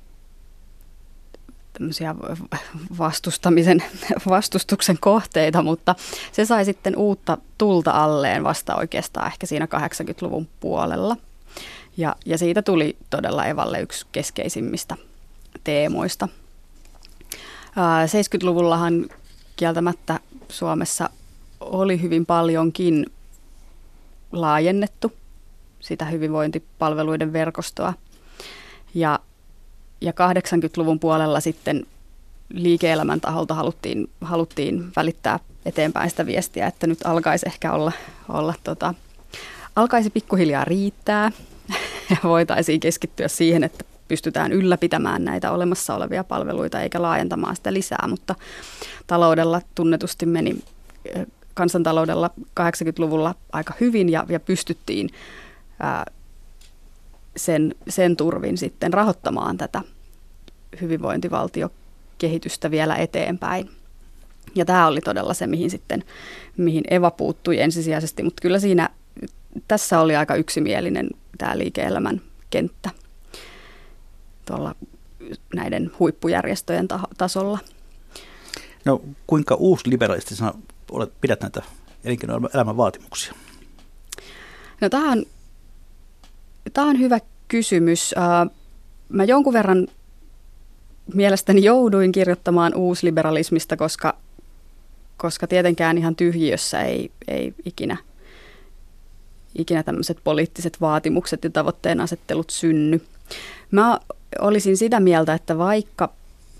tämmöisiä vastustamisen, vastustuksen kohteita, mutta se sai sitten uutta tulta alleen vasta oikeastaan ehkä siinä kahdeksankymmentäluvun puolella. Ja, ja siitä tuli todella Evalle yksi keskeisimmistä teemoista. Ää, seitsemänkymmentäluvullahan kieltämättä Suomessa oli hyvin paljonkin laajennettu sitä hyvinvointipalveluiden verkostoa. Ja, ja kahdeksankymmentäluvun puolella sitten liike-elämän taholta haluttiin, haluttiin välittää eteenpäin sitä viestiä, että nyt alkaisi ehkä olla, olla tota, alkaisi pikkuhiljaa riittää ja voitaisiin keskittyä siihen, että pystytään ylläpitämään näitä olemassa olevia palveluita eikä laajentamaan sitä lisää, mutta taloudella tunnetusti meni kansantaloudella kahdeksankymmentäluvulla aika hyvin ja, ja pystyttiin ää, sen, sen turvin sitten rahoittamaan tätä hyvinvointivaltiokehitystä vielä eteenpäin. Ja tämä oli todella se, mihin sitten mihin Eva puuttui ensisijaisesti, mutta kyllä siinä tässä oli aika yksimielinen tämä liike-elämän kenttä tuolla näiden huippujärjestöjen taho- tasolla. No kuinka uusliberalistisena olet, pidät näitä elinkeinoelämän vaatimuksia? No tämä on, tämä on hyvä kysymys. Mä jonkun verran mielestäni jouduin kirjoittamaan uusliberalismista, koska, koska tietenkään ihan tyhjiössä ei, ei ikinä, ikinä tämmöiset poliittiset vaatimukset ja tavoitteen asettelut synny. Mä olisin sitä mieltä, että vaikka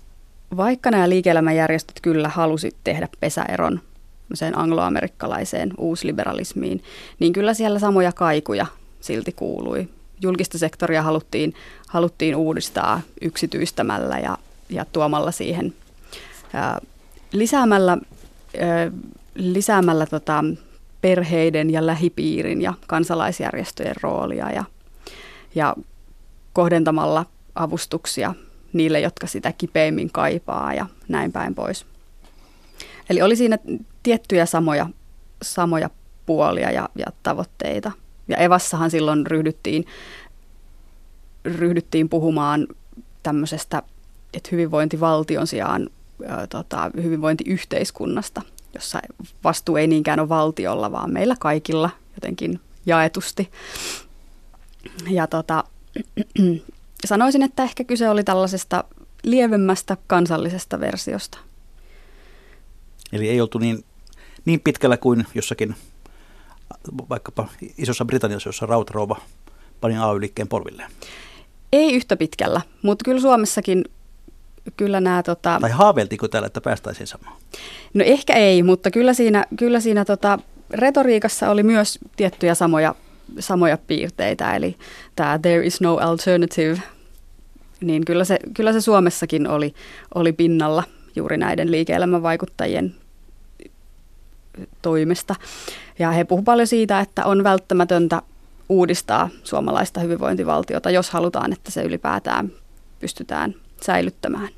vaikka nämä liike-elämäjärjestöt kyllä halusi tehdä pesäeron sen angloamerikkalaiseen uusliberalismiin, niin kyllä siellä samoja kaikuja silti kuului. Julkista sektoria haluttiin, haluttiin uudistaa yksityistämällä ja, ja tuomalla siihen ää, lisäämällä, ää, lisäämällä tota, perheiden ja lähipiirin ja kansalaisjärjestöjen roolia ja, ja kohdentamalla avustuksia niille, jotka sitä kipeimmin kaipaa ja näin päin pois. Eli oli siinä tiettyjä samoja, samoja puolia ja, ja tavoitteita. Ja Evassahan silloin ryhdyttiin, ryhdyttiin puhumaan tämmöisestä, että hyvinvointivaltion sijaan ä, tota, hyvinvointiyhteiskunnasta, jossa vastuu ei niinkään ole valtiolla, vaan meillä kaikilla jotenkin jaetusti. Ja tota, sanoisin, että ehkä kyse oli tällaisesta lievemmästä kansallisesta versiosta. Eli ei oltu niin, niin pitkällä kuin jossakin, vaikkapa Isossa Britanniassa, jossa rautarouva pani A Y-liikkeen polvilleen. Ei yhtä pitkällä, mutta kyllä Suomessakin kyllä nämä... Tota, tai haaveiltiinko täällä, että päästäisiin samaan? No ehkä ei, mutta kyllä siinä, kyllä siinä tota, retoriikassa oli myös tiettyjä samoja, samoja piirteitä. Eli tämä there is no alternative, niin kyllä se, kyllä se Suomessakin oli, oli pinnalla juuri näiden liike-elämän vaikuttajien toimesta. Ja he puhuivat paljon siitä, että on välttämätöntä uudistaa suomalaista hyvinvointivaltiota, jos halutaan, että se ylipäätään pystytään säilyttämään.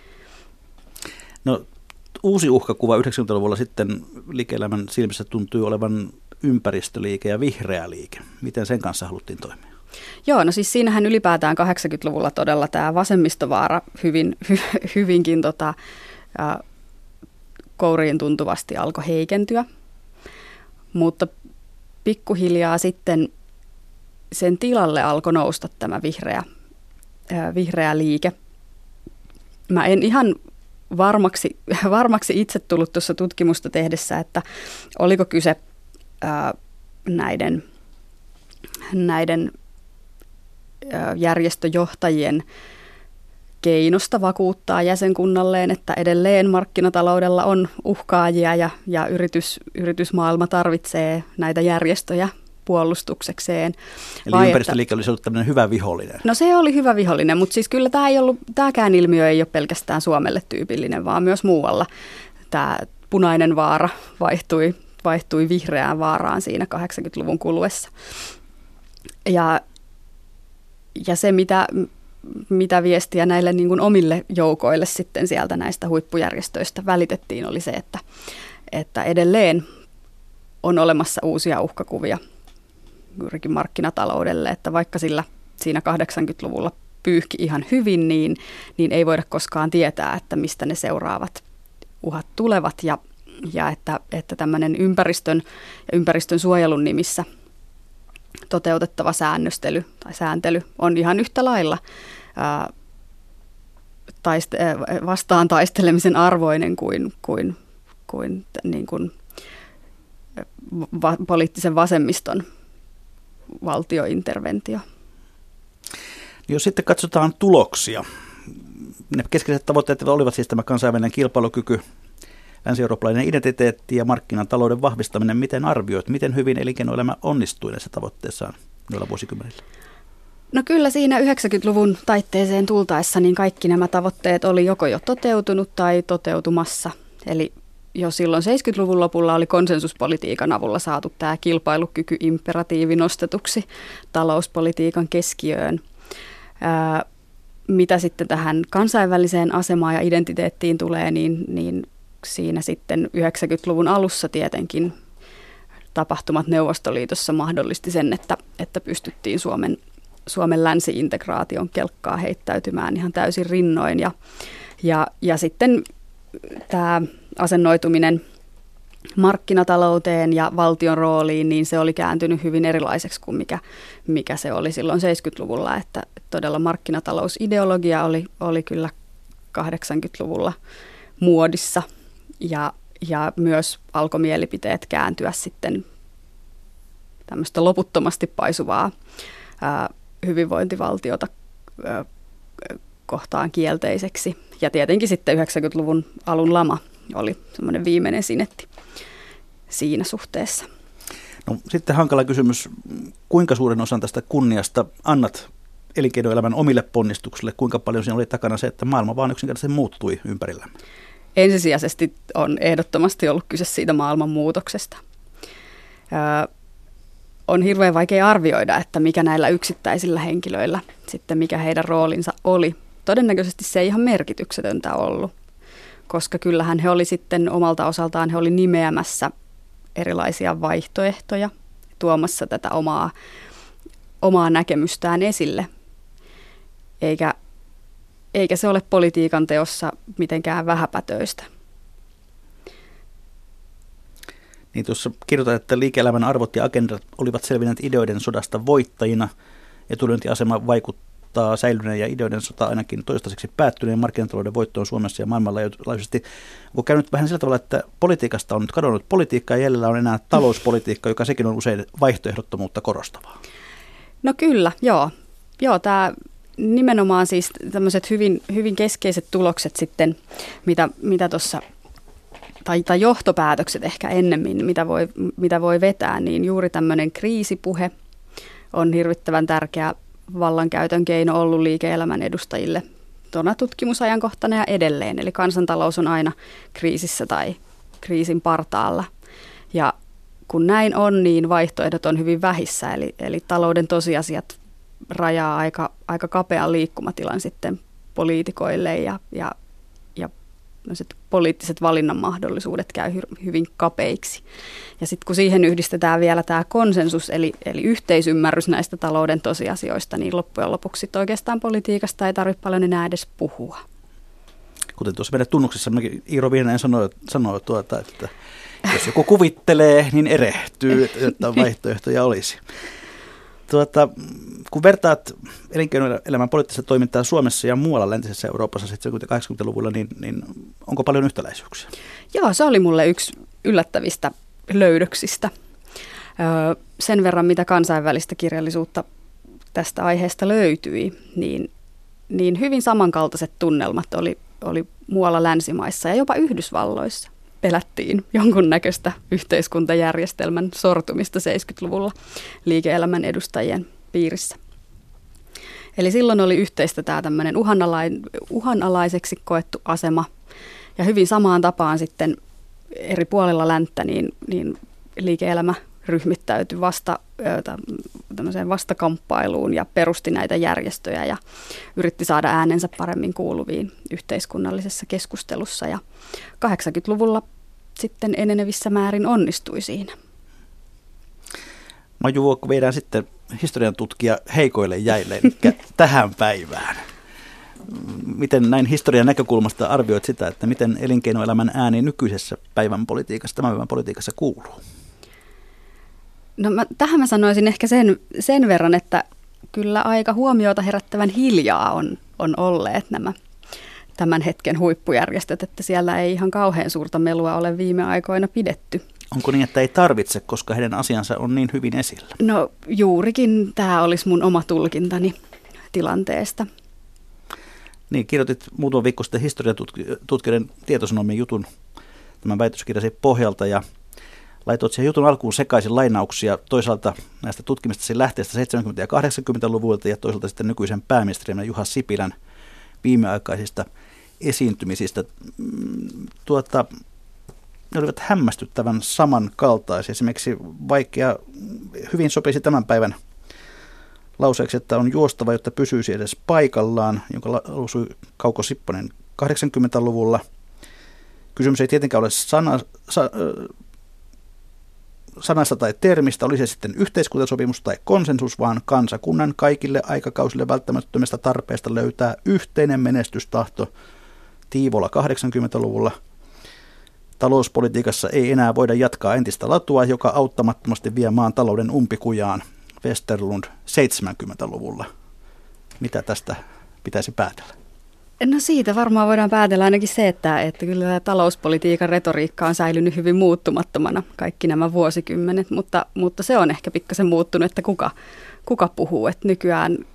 No, uusi uhkakuva yhdeksänkymmentäluvulla sitten liike-elämän silmissä tuntui olevan ympäristöliike ja vihreä liike. Miten sen kanssa haluttiin toimia? Joo, no siis siinähän ylipäätään kahdeksankymmentäluvulla todella tämä vasemmistovaara hyvin, hy, hyvinkin tota, ä, kouriin tuntuvasti alkoi heikentyä, mutta pikkuhiljaa sitten sen tilalle alkoi nousta tämä vihreä, ä, vihreä liike. Mä en ihan varmaksi, varmaksi itse tullut tuossa tutkimusta tehdessä, että oliko kyse ä, näiden, näiden ä, järjestöjohtajien keinosta vakuuttaa jäsenkunnalleen, että edelleen markkinataloudella on uhkaajia ja, ja yritys, yritysmaailma tarvitsee näitä järjestöjä puolustuksekseen. Eli vai ympäristöliike olisi ollut tämmöinen hyvä vihollinen. No se oli hyvä vihollinen, mutta siis kyllä tämä ei ollut, tämäkään ilmiö ei ole pelkästään Suomelle tyypillinen, vaan myös muualla. Tämä punainen vaara vaihtui, vaihtui vihreään vaaraan siinä kahdeksankymmentäluvun kuluessa. Ja, ja se, mitä... mitä viestiä näille niin kuin omille joukoille sitten sieltä näistä huippujärjestöistä välitettiin, oli se, että, että edelleen on olemassa uusia uhkakuvia juurikin markkinataloudelle, että vaikka sillä siinä kahdeksankymmentäluvulla pyyhki ihan hyvin, niin, niin ei voida koskaan tietää, että mistä ne seuraavat uhat tulevat ja, ja että, että tämmöinen ympäristön ja ympäristön suojelun nimissä toteutettava säännöstely tai sääntely on ihan yhtä lailla ää, taiste, vastaan taistelemisen arvoinen kuin, kuin, kuin, niin kuin va, poliittisen vasemmiston valtiointerventio. Jos sitten katsotaan tuloksia, ne keskeiset tavoitteet olivat siis tämä kansainvälinen kilpailukyky, länsi-eurooppalainen identiteetti ja markkinatalouden vahvistaminen. Miten arvioit, miten hyvin elinkeinoelämä onnistui näissä tavoitteissaan noilla vuosikymmenillä? No kyllä siinä yhdeksänkymmentäluvun taitteeseen tultaessa niin kaikki nämä tavoitteet oli joko jo toteutunut tai toteutumassa. Eli jo silloin seitsemänkymmentäluvun lopulla oli konsensuspolitiikan avulla saatu tämä kilpailukyky-imperatiivi nostetuksi talouspolitiikan keskiöön. Ää, mitä sitten tähän kansainväliseen asemaan ja identiteettiin tulee, niin, niin siinä sitten yhdeksänkymmentäluvun alussa tietenkin tapahtumat Neuvostoliitossa mahdollisti sen, että, että pystyttiin Suomen, Suomen länsi-integraation kelkkaa heittäytymään ihan täysin rinnoin. Ja, ja, ja sitten tämä asennoituminen markkinatalouteen ja valtion rooliin, niin se oli kääntynyt hyvin erilaiseksi kuin mikä, mikä se oli silloin seitsemänkymmentäluvulla. Että todella markkinatalousideologia oli, oli kyllä kahdeksankymmentäluvulla muodissa. Ja, ja myös alkoi mielipiteet kääntyä sitten tämmöistä loputtomasti paisuvaa ää, hyvinvointivaltiota ää, kohtaan kielteiseksi. Ja tietenkin sitten yhdeksänkymmentäluvun alun lama oli semmoinen viimeinen sinetti siinä suhteessa. No, sitten hankala kysymys, kuinka suuren osan tästä kunniasta annat elinkeinoelämän omille ponnistuksille, kuinka paljon siinä oli takana se, että maailma vaan yksinkertaisesti muuttui ympärillä? Ensisijaisesti on ehdottomasti ollut kyse siitä maailman muutoksesta. Öö, on hirveän vaikea arvioida, että mikä näillä yksittäisillä henkilöillä sitten mikä heidän roolinsa oli. Todennäköisesti se ei ihan merkityksetöntä ollut, koska kyllähän he oli sitten omalta osaltaan, he oli nimeämässä erilaisia vaihtoehtoja, tuomassa tätä omaa, omaa näkemystään esille. Eikä, eikä se ole politiikan teossa mitenkään vähäpätöistä. Niin tuossa kirjoitan, että liike-elämän arvot ja agendat olivat selvinneet ideoiden sodasta voittajina. Etulyöntiasema vaikuttaa säilyneen ja ideoiden sota ainakin toistaiseksi päättyneen markkinatalouden voittoon Suomessa ja maailmanlaajuisesti. Onko käynyt vähän sillä tavalla, että politiikasta on nyt kadonnut politiikkaa ja jäljellä on enää talouspolitiikka, joka sekin on usein vaihtoehdottomuutta korostavaa? No kyllä, joo. Joo, tämä nimenomaan siis tämmöiset hyvin, hyvin keskeiset tulokset sitten, mitä, mitä tuossa, tai, tai johtopäätökset ehkä ennemmin, mitä voi, mitä voi vetää, niin juuri tämmöinen kriisipuhe on hirvittävän tärkeä vallankäytön keino ollut liike-elämän edustajille tuona tutkimusajankohtana ja edelleen. Eli kansantalous on aina kriisissä tai kriisin partaalla. Ja kun näin on, niin vaihtoehdot on hyvin vähissä, eli, eli talouden tosiasiat rajaa aika, aika kapean liikkumatilan sitten poliitikoille ja, ja, ja poliittiset valinnan mahdollisuudet käy hyvin kapeiksi. Ja sitten kun siihen yhdistetään vielä tämä konsensus, eli, eli yhteisymmärrys näistä talouden tosiasioista, niin loppujen lopuksi oikeastaan politiikasta ei tarvitse paljon enää edes puhua. Kuten tuossa meidän tunnuksessa Iiro Viinanen sanoi, sanoi tuota, että jos joku kuvittelee, niin erehtyy, että vaihtoehtoja olisi. Tuota, kun vertaat elinkeinoelämän poliittista toimintaa Suomessa ja muualla läntisessä Euroopassa seitsemänkymmentä-kahdeksankymmentäluvulla, niin, niin onko paljon yhtäläisyyksiä? Joo, se oli mulle yksi yllättävistä löydöksistä. Öö, sen verran, mitä kansainvälistä kirjallisuutta tästä aiheesta löytyi, niin, niin hyvin samankaltaiset tunnelmat oli, oli muualla länsimaissa ja jopa Yhdysvalloissa. Pelättiin jonkunnäköistä yhteiskuntajärjestelmän sortumista seitsemänkymmentäluvulla liike-elämän edustajien piirissä. Eli silloin oli yhteistä tämä tämmöinen uhanalaiseksi koettu asema. Ja hyvin samaan tapaan sitten eri puolilla länttä niin, niin liike-elämä ryhmittäytyi vasta, tämmöiseen vastakamppailuun ja perusti näitä järjestöjä ja yritti saada äänensä paremmin kuuluviin yhteiskunnallisessa keskustelussa. Ja kahdeksankymmentäluvulla sitten enenevissä määrin onnistui siinä. Maju Vuokko, viedään sitten historian tutkija heikoille jäille, eli tähän päivään. Miten näin historian näkökulmasta arvioit sitä, että miten elinkeinoelämän ääni nykyisessä päivän politiikassa, tämän päivän politiikassa kuuluu? No mä, tähän mä sanoisin ehkä sen, sen verran, että kyllä aika huomiota herättävän hiljaa on, on olleet nämä tämän hetken huippujärjestöt, että siellä ei ihan kauhean suurta melua ole viime aikoina pidetty. Onko niin, että ei tarvitse, koska heidän asiansa on niin hyvin esillä? No juurikin tämä olisi mun oma tulkintani tilanteesta. Niin, kirjoitit muutama viikko sitten historiatutkijoiden tietosanomien jutun tämän väitöskirjasi pohjalta ja laitoit siihen jutun alkuun sekaisin lainauksia toisaalta näistä tutkimistasi lähteistä seitsemänkymmentä- ja kahdeksankymmentäluvulta ja toisaalta sitten nykyisen pääministerin Juha Sipilän viimeaikaisista esiintymisistä. Tuota, ne olivat hämmästyttävän samankaltaisia. Esimerkiksi vaikea, hyvin sopisi tämän päivän lauseeksi, että on juostava, jotta pysyisi edes paikallaan, jonka lausui Kauko Sipponen kahdeksankymmentäluvulla. Kysymys ei tietenkään ole sana, sa, sanasta tai termistä, oli se sitten yhteiskuntasopimus tai konsensus, vaan kansakunnan kaikille aikakausille välttämättömästä tarpeesta löytää yhteinen menestystahto. Tiivola kahdeksankymmentäluvulla. Talouspolitiikassa ei enää voida jatkaa entistä latua, joka auttamattomasti vie maan talouden umpikujaan. Westerlund seitsemänkymmentäluvulla. Mitä tästä pitäisi päätellä? No siitä varmaan voidaan päätellä ainakin se, että, että kyllä tämä talouspolitiikan retoriikka on säilynyt hyvin muuttumattomana kaikki nämä vuosikymmenet, mutta, mutta se on ehkä pikkasen muuttunut, että kuka, kuka puhuu. Että nykyään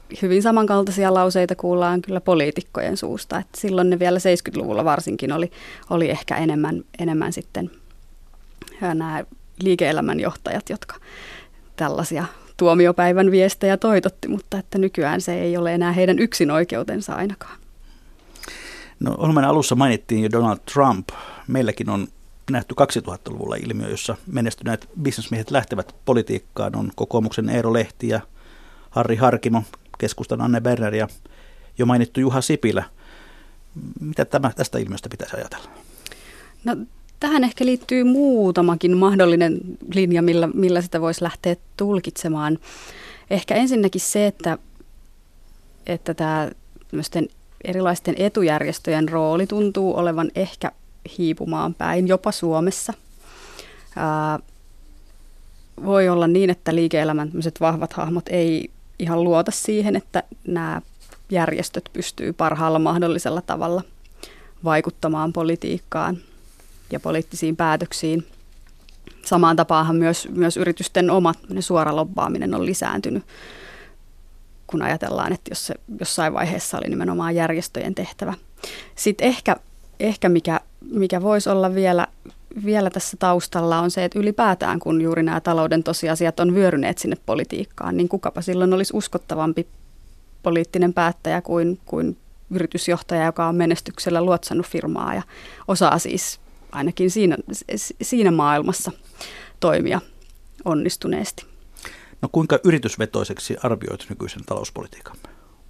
hyvin samankaltaisia lauseita kuullaan kyllä poliitikkojen suusta. Että silloin ne vielä seitsemänkymmentäluvulla varsinkin oli, oli ehkä enemmän, enemmän sitten nämä liike-elämän johtajat, jotka tällaisia tuomiopäivän viestejä toitotti, mutta että nykyään se ei ole enää heidän yksin oikeutensa ainakaan. No, ohjelman alussa mainittiin jo Donald Trump. Meilläkin on nähty kaksituhattaluvulla ilmiö, jossa menestyneet bisnesmiehet lähtevät politiikkaan. On kokoomuksen Eero Lehti ja Harri Harkimo, keskustan Anne Berner ja jo mainittu Juha Sipilä. Mitä tämä, tästä ilmiöstä pitäisi ajatella? No, tähän ehkä liittyy muutamakin mahdollinen linja, millä, millä sitä voisi lähteä tulkitsemaan. Ehkä ensinnäkin se, että, että tämä erilaisten etujärjestöjen rooli tuntuu olevan ehkä hiipumaan päin, jopa Suomessa. Ää, voi olla niin, että liike-elämän vahvat hahmot ei ihan luota siihen, että nämä järjestöt pystyy parhaalla mahdollisella tavalla vaikuttamaan politiikkaan ja poliittisiin päätöksiin. Samaan tapaanhan myös, myös yritysten oma suora lobbaaminen on lisääntynyt, kun ajatellaan, että jos se jossain vaiheessa oli nimenomaan järjestöjen tehtävä. Sitten ehkä, ehkä mikä, mikä voisi olla vielä, vielä tässä taustalla on se, että ylipäätään kun juuri nämä talouden tosiasiat on vyöryneet sinne politiikkaan, niin kukapa silloin olisi uskottavampi poliittinen päättäjä kuin, kuin yritysjohtaja, joka on menestyksellä luotsannut firmaa ja osaa siis ainakin siinä, siinä maailmassa toimia onnistuneesti. No kuinka yritysvetoiseksi arvioit nykyisen talouspolitiikamme?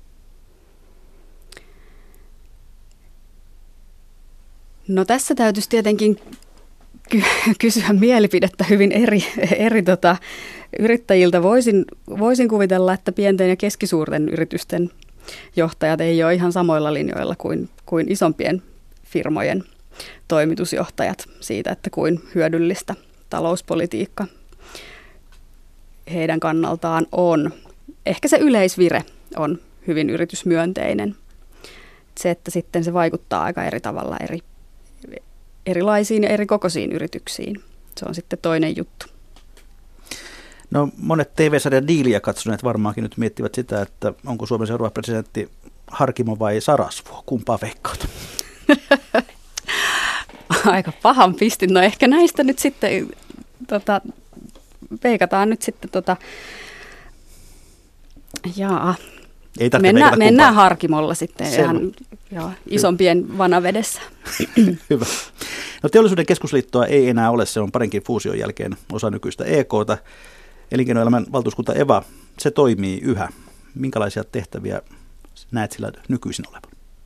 No tässä täytyisi tietenkin ky- kysyä mielipidettä hyvin eri, eri tota, yrittäjiltä. Voisin, voisin kuvitella, että pienten ja keskisuurten yritysten johtajat ei ole ihan samoilla linjoilla kuin, kuin isompien firmojen toimitusjohtajat siitä, että kuin hyödyllistä talouspolitiikka heidän kannaltaan on. Ehkä se yleisvire on hyvin yritysmyönteinen. Se, että sitten se vaikuttaa aika eri tavalla eri, erilaisiin ja eri kokoisiin yrityksiin. Se on sitten toinen juttu. No monet T V-sarjan Diiliä katsoneet varmaankin nyt miettivät sitä, että onko Suomen seuraava presidentti Harkimo vai Sarasvuo. Kumpaa veikkaat? Aika pahan pistin. No ehkä näistä nyt sitten tota, veikataan nyt sitten tota, jaa. Ei Mennään, mennään Harkimolla sitten ihan joo, isompien vanavedessä. Hyvä. No Teollisuuden keskusliittoa ei enää ole, se on parinkin fuusion jälkeen osa nykyistä E K:ta. Elinkeinoelämän valtuuskunta E V A, se toimii yhä. Minkälaisia tehtäviä näet sillä nykyisin olevan?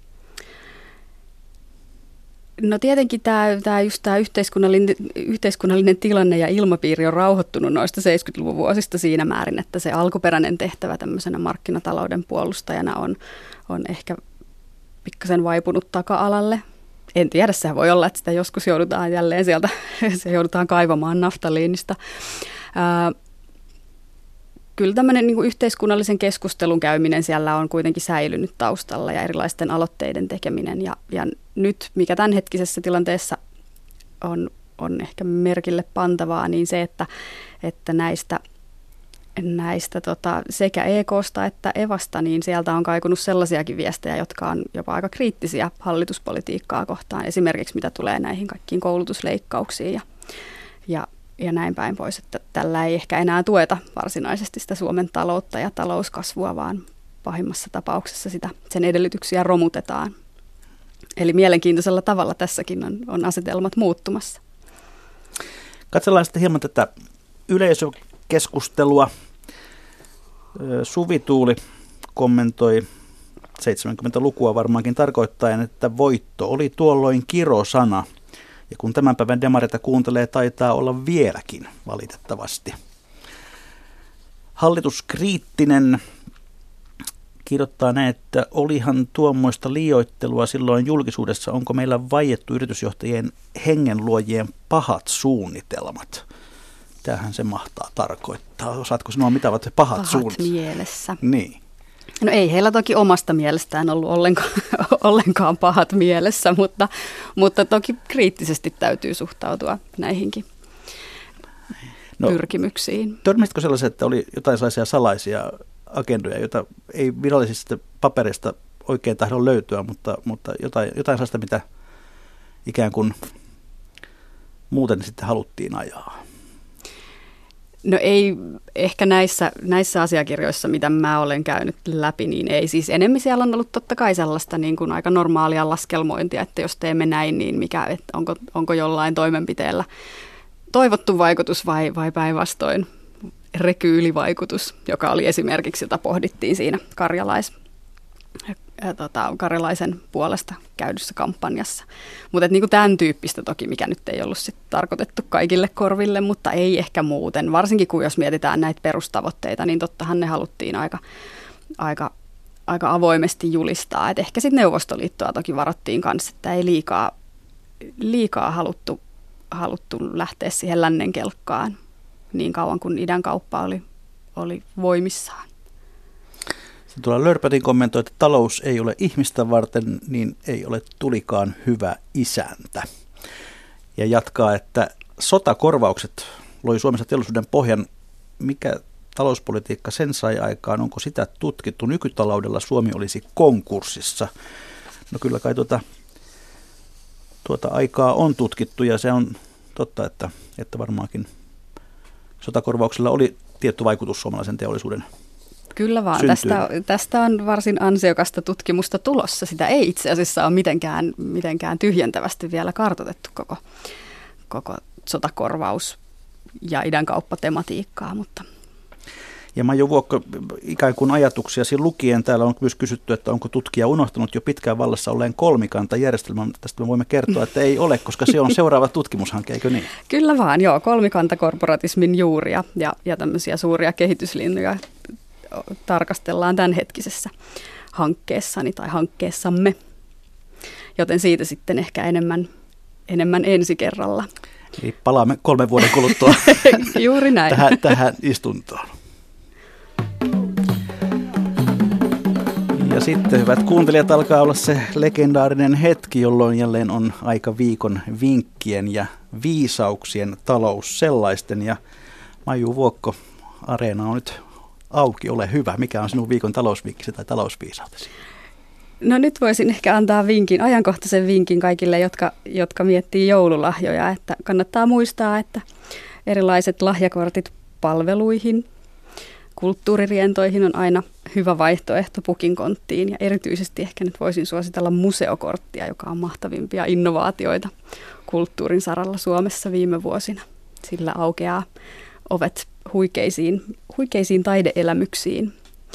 No tietenkin tämä, tämä, just tämä yhteiskunnallinen, yhteiskunnallinen tilanne ja ilmapiiri on rauhoittunut noista seitsemänkymmentäluvun vuosista siinä määrin, että se alkuperäinen tehtävä tämmöisenä markkinatalouden puolustajana on, on ehkä pikkasen vaipunut taka-alalle. En tiedä, sehän voi olla, että sitä joskus joudutaan jälleen sieltä, se joudutaan kaivamaan naftaliinista. Ää, Kyllä tämmöinen niin kuin yhteiskunnallisen keskustelun käyminen siellä on kuitenkin säilynyt taustalla ja erilaisten aloitteiden tekeminen. Ja, ja nyt, mikä tämänhetkisessä tilanteessa on, on ehkä merkille pantavaa, niin se, että, että näistä, näistä tota, sekä E K:sta että E V Asta, niin sieltä on kaikunut sellaisiakin viestejä, jotka on jopa aika kriittisiä hallituspolitiikkaa kohtaan. Esimerkiksi mitä tulee näihin kaikkiin koulutusleikkauksiin ja, ja Ja näin päin pois, että tällä ei ehkä enää tueta varsinaisesti sitä Suomen taloutta ja talouskasvua, vaan pahimmassa tapauksessa sitä, sen edellytyksiä romutetaan. Eli mielenkiintoisella tavalla tässäkin on, on asetelmat muuttumassa. Katsellaan sitten hieman tätä yleisökeskustelua. Suvi Tuuli kommentoi seitsemänkymmentälukua varmaankin tarkoittaen, että voitto oli tuolloin kirosana. Ja kun tämän päivän demareita kuuntelee, taitaa olla vieläkin valitettavasti. Hallituskriittinen kirjoittaa näin, että olihan tuommoista liioittelua silloin julkisuudessa. Onko meillä vaiettu yritysjohtajien hengenluojien pahat suunnitelmat? Tämähän se mahtaa tarkoittaa. Osaatko sanoa, mitä ovat pahat, pahat suunnitelmat? Mielessä. Niin. No ei heillä toki omasta mielestään ollut ollenkaan, ollenkaan pahat mielessä, mutta, mutta toki kriittisesti täytyy suhtautua näihinkin no, pyrkimyksiin. Törmäsitkö sellaisia, että oli jotain sellaisia salaisia agendoja, joita ei virallisista paperista oikein tahdon löytyä, mutta, mutta jotain, jotain sellaista, mitä ikään kuin muuten sitten haluttiin ajaa. No ei ehkä näissä, näissä asiakirjoissa, mitä mä olen käynyt läpi, niin ei. Siis enemmän siellä on ollut totta kai sellaista niin kuin aika normaalia laskelmointia, että jos teemme näin, niin mikä, että onko, onko jollain toimenpiteellä toivottu vaikutus vai, vai päinvastoin rekyylivaikutus, joka oli esimerkiksi, jota pohdittiin siinä karjalais, ja, tota, karjalaisen puolesta käydyssä kampanjassa. Mutta niinku tämän tyyppistä toki, mikä nyt ei ollut sit tarkoitettu kaikille korville, mutta ei ehkä muuten. Varsinkin kun jos mietitään näitä perustavoitteita, niin tottahan ne haluttiin aika, aika, aika avoimesti julistaa. Et ehkä sitten Neuvostoliittoa toki varattiin kanssa, että ei liikaa, liikaa haluttu, haluttu lähteä siihen lännen kelkkaan niin kauan kuin idän kauppa oli, oli voimissaan. Tuolla Lörpätin kommentoi, että talous ei ole ihmistä varten, niin ei ole tulikaan hyvä isäntä. Ja jatkaa, että sotakorvaukset loi Suomessa teollisuuden pohjan. Mikä talouspolitiikka sen sai aikaan? Onko sitä tutkittu? Nykytaloudella Suomi olisi konkurssissa. No kyllä kai tuota, tuota aikaa on tutkittu ja se on totta, että, että varmaankin sotakorvauksella oli tietty vaikutus suomalaisen teollisuuden. Kyllä vaan. Tästä, tästä on varsin ansiokasta tutkimusta tulossa. Sitä ei itse asiassa ole mitenkään, mitenkään tyhjentävästi vielä kartoitettu koko, koko sotakorvaus- ja idänkauppatematiikkaa. Mutta. Ja Maiju Vuokko, ikään kuin ajatuksiasi lukien täällä on myös kysytty, että onko tutkija unohtanut jo pitkään vallassa olleen kolmikantajärjestelmän. Tästä me voimme kertoa, että ei ole, koska se on seuraava tutkimushanke, eikö niin? Kyllä vaan, joo. Kolmikantakorporatismin juuria ja, ja tämmöisiä suuria kehityslinjoja tarkastellaan tämänhetkisessä hankkeessani tai hankkeessamme, joten siitä sitten ehkä enemmän, enemmän ensi kerralla. Eli palaamme kolmen vuoden kuluttua Juuri näin. tähän, tähän istuntoon. Ja sitten, hyvät kuuntelijat, alkaa olla se legendaarinen hetki, jolloin jälleen on aika viikon vinkkien ja viisauksien talous sellaisten. Ja Maiju Vuokko, Areena on nyt auki, ole hyvä. Mikä on sinun viikon talousvinkkisi tai talousviisautesi? No nyt voisin ehkä antaa vinkin, ajankohtaisen vinkin kaikille, jotka, jotka miettii joululahjoja, että kannattaa muistaa, että erilaiset lahjakortit palveluihin, kulttuuririentoihin on aina hyvä vaihtoehto pukinkonttiin ja erityisesti ehkä nyt voisin suositella museokorttia, joka on mahtavimpia innovaatioita kulttuurin saralla Suomessa viime vuosina. Sillä aukeaa ovet huikeisiin, huikeisiin taideelämyksiin.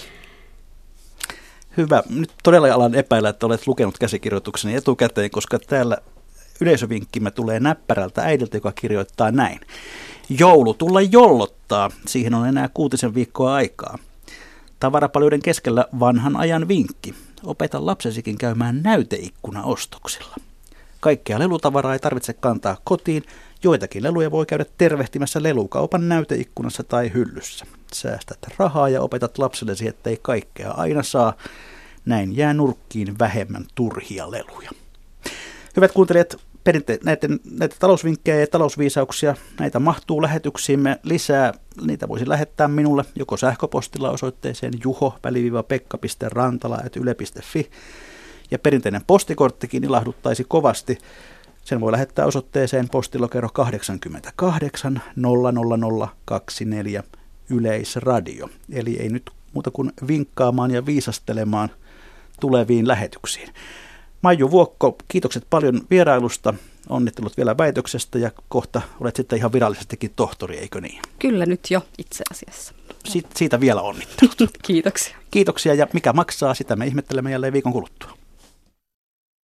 Hyvä. Nyt todella alan epäillä, että olet lukenut käsikirjoitukseni etukäteen, koska täällä yleisövinkkimme tulee näppärältä äidiltä, joka kirjoittaa näin. Joulu tulla jollottaa. Siihen on enää kuutisen viikkoa aikaa. Tavarapaljoiden keskellä vanhan ajan vinkki. Opeta lapsesikin käymään näyteikkunaostoksilla. Kaikkea lelutavaraa ei tarvitse kantaa kotiin. Joitakin leluja voi käydä tervehtimässä lelukaupan näyteikkunassa tai hyllyssä. Säästät rahaa ja opetat lapsellesi, ettei kaikkea aina saa. Näin jää nurkkiin vähemmän turhia leluja. Hyvät kuuntelijat, perinte- näitä, näitä talousvinkkejä ja talousviisauksia, näitä mahtuu lähetyksiimme lisää. Niitä voisi lähettää minulle joko sähköpostilla osoitteeseen juho-pekka piste rantala ät yle piste fi. Ja perinteinen postikorttikin ilahduttaisi kovasti. Sen voi lähettää osoitteeseen postilokero kahdeksankymmentäkahdeksan nolla nolla nolla kaksikymmentäneljä Yleisradio. Eli ei nyt muuta kuin vinkkaamaan ja viisastelemaan tuleviin lähetyksiin. Maiju Vuokko, kiitokset paljon vierailusta. Onnittelut vielä väitöksestä ja kohta olet sitten ihan virallisestikin tohtori, eikö niin? Kyllä nyt jo itse asiassa. Si- siitä vielä onnittelut. Kiitoksia. Kiitoksia ja mikä maksaa, sitä me ihmettelemme jälleen viikon kuluttua.